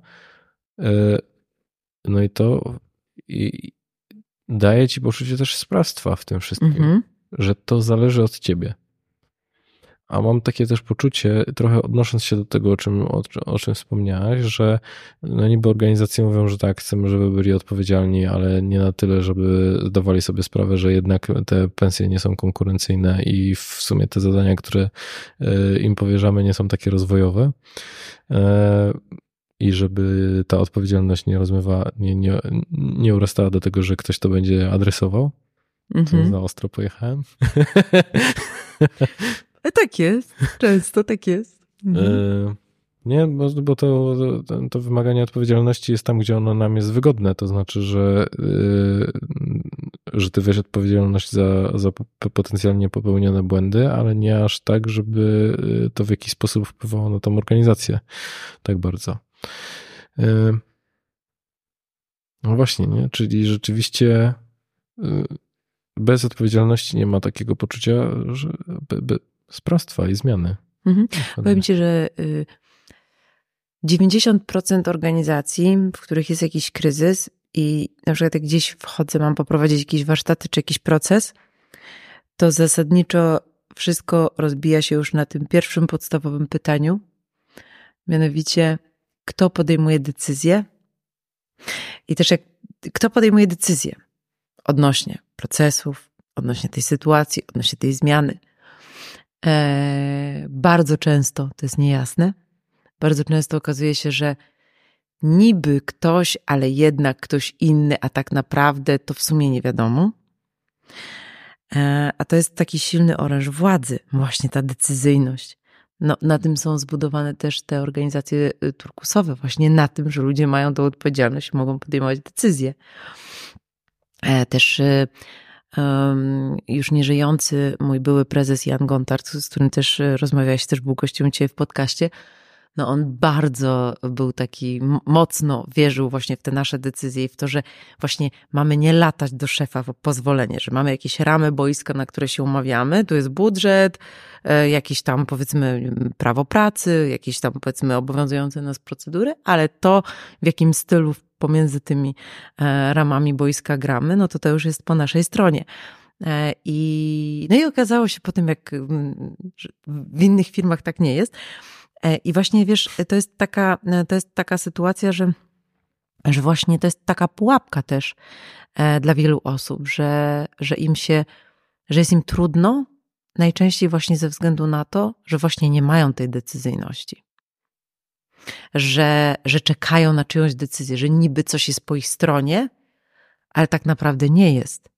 No i to i daje ci poczucie też sprawstwa w tym wszystkim, mhm. że to zależy od ciebie. A mam takie też poczucie, trochę odnosząc się do tego, o czym, o, o czym wspomniałaś, że no niby organizacje mówią, że tak, chcemy, żeby byli odpowiedzialni, ale nie na tyle, żeby zdawali sobie sprawę, że jednak te pensje nie są konkurencyjne i w sumie te zadania, które im powierzamy, nie są takie rozwojowe. I żeby ta odpowiedzialność nie rozmywa, nie, nie, nie urastała do tego, że ktoś to będzie adresował. Mhm. To za ostro pojechałem. Tak jest, często tak jest. Mhm. Nie, bo, bo to, to, to wymaganie odpowiedzialności jest tam, gdzie ono nam jest wygodne. To znaczy, że, że ty weź odpowiedzialność za, za potencjalnie popełnione błędy, ale nie aż tak, żeby to w jakiś sposób wpływało na tą organizację tak bardzo. No właśnie, nie? Czyli rzeczywiście bez odpowiedzialności nie ma takiego poczucia, że be, be, sprawstwa i zmiany. Mhm. Powiem ci, że dziewięćdziesiąt procent organizacji, w których jest jakiś kryzys i na przykład jak gdzieś wchodzę, mam poprowadzić jakieś warsztaty czy jakiś proces, to zasadniczo wszystko rozbija się już na tym pierwszym podstawowym pytaniu, mianowicie kto podejmuje decyzję i też jak, kto podejmuje decyzję odnośnie procesów, odnośnie tej sytuacji, odnośnie tej zmiany. E, bardzo często to jest niejasne. Bardzo często okazuje się, że niby ktoś, ale jednak ktoś inny, a tak naprawdę to w sumie nie wiadomo. E, a to jest taki silny oręż władzy, właśnie ta decyzyjność. No, na tym są zbudowane też te organizacje turkusowe, właśnie na tym, że ludzie mają tą odpowiedzialność i mogą podejmować decyzje. E, też um, już nieżyjący mój były prezes Jan Gontard, z którym też rozmawiałeś, też był gościem u ciebie w podcaście, no on bardzo był taki, mocno wierzył właśnie w te nasze decyzje i w to, że właśnie mamy nie latać do szefa o pozwolenie, że mamy jakieś ramy boiska, na które się umawiamy, tu jest budżet, jakieś tam powiedzmy prawo pracy, jakieś tam powiedzmy obowiązujące nas procedury, ale to w jakim stylu pomiędzy tymi ramami boiska gramy, no to to już jest po naszej stronie. I, no i okazało się po tym, jak w innych firmach tak nie jest. I właśnie wiesz, to jest taka, to jest taka sytuacja, że, że właśnie to jest taka pułapka też dla wielu osób, że, że im się, że jest im trudno, najczęściej właśnie ze względu na to, że właśnie nie mają tej decyzyjności. Że, że czekają na czyjąś decyzję, że niby coś jest po ich stronie, ale tak naprawdę nie jest.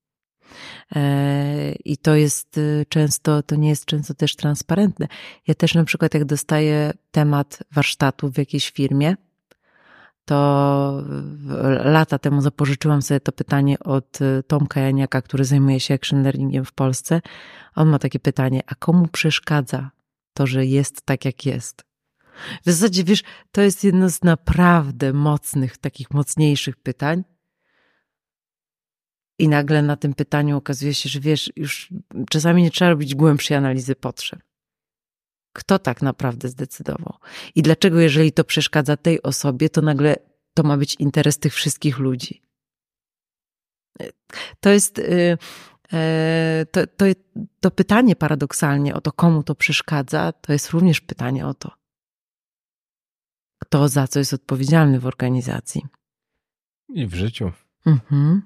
I to jest często, to nie jest często też transparentne. Ja też na przykład jak dostaję temat warsztatu w jakiejś firmie, to lata temu zapożyczyłam sobie to pytanie od Tomka Janiaka, który zajmuje się action learningiem w Polsce. On ma takie pytanie, a komu przeszkadza to, że jest tak jak jest? W zasadzie wiesz, to jest jedno z naprawdę mocnych, takich mocniejszych pytań. I nagle na tym pytaniu okazuje się, że wiesz, już czasami nie trzeba robić głębszej analizy potrzeb. Kto tak naprawdę zdecydował? I dlaczego, jeżeli to przeszkadza tej osobie, to nagle to ma być interes tych wszystkich ludzi? To jest, to, to, to pytanie paradoksalnie o to, komu to przeszkadza, to jest również pytanie o to, kto za co jest odpowiedzialny w organizacji. I w życiu. Mhm.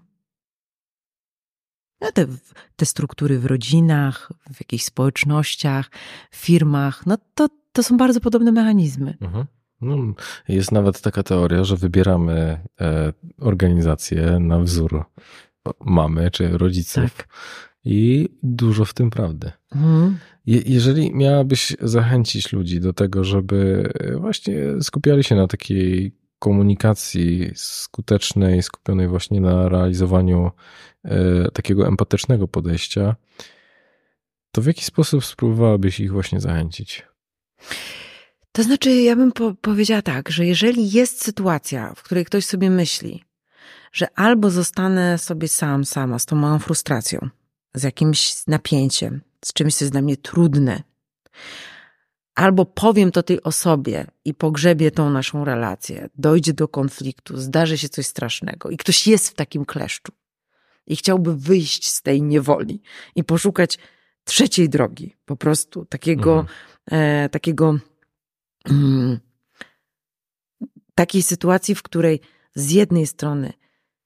No te, te struktury w rodzinach, w jakichś społecznościach, firmach, no to, to są bardzo podobne mechanizmy. Mhm. No, jest nawet taka teoria, że wybieramy e, organizację na wzór mamy czy rodziców. Tak. I dużo w tym prawdy. Mhm. Je, jeżeli miałabyś zachęcić ludzi do tego, żeby właśnie skupiali się na takiej komunikacji skutecznej, skupionej właśnie na realizowaniu e, takiego empatycznego podejścia, to w jaki sposób spróbowałabyś ich właśnie zachęcić? To znaczy, ja bym po- powiedziała tak, że jeżeli jest sytuacja, w której ktoś sobie myśli, że albo zostanę sobie sam, sama z tą małą frustracją, z jakimś napięciem, z czymś, co jest dla mnie trudne, albo powiem to tej osobie i pogrzebię tą naszą relację, dojdzie do konfliktu, zdarzy się coś strasznego i ktoś jest w takim kleszczu i chciałby wyjść z tej niewoli i poszukać trzeciej drogi, po prostu takiego, mhm. e, takiego mm, takiej sytuacji, w której z jednej strony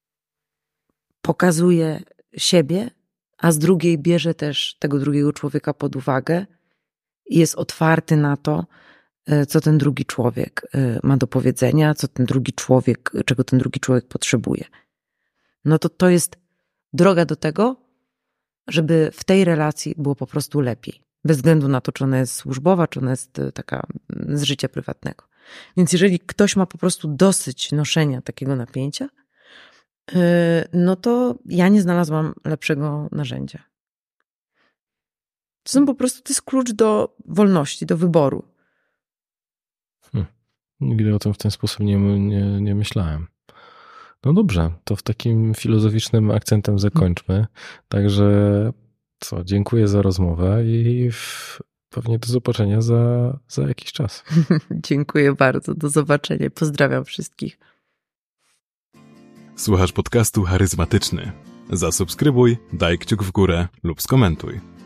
pokazuje siebie, a z drugiej bierze też tego drugiego człowieka pod uwagę i jest otwarty na to, co ten drugi człowiek ma do powiedzenia, co ten drugi człowiek, czego ten drugi człowiek potrzebuje. No to to jest droga do tego, żeby w tej relacji było po prostu lepiej. Bez względu na to, czy ona jest służbowa, czy ona jest taka z życia prywatnego. Więc jeżeli ktoś ma po prostu dosyć noszenia takiego napięcia, no to ja nie znalazłam lepszego narzędzia. To są po prostu, to jest klucz do wolności, do wyboru. Hmm. Nigdy o tym w ten sposób nie, nie, nie myślałem. No dobrze, to w takim filozoficznym akcentem zakończmy. Także co, dziękuję za rozmowę i pewnie do zobaczenia za, za jakiś czas. Dziękuję bardzo, do zobaczenia. Pozdrawiam wszystkich. Słuchasz podcastu Charyzmatyczny. Zasubskrybuj, daj kciuk w górę lub skomentuj.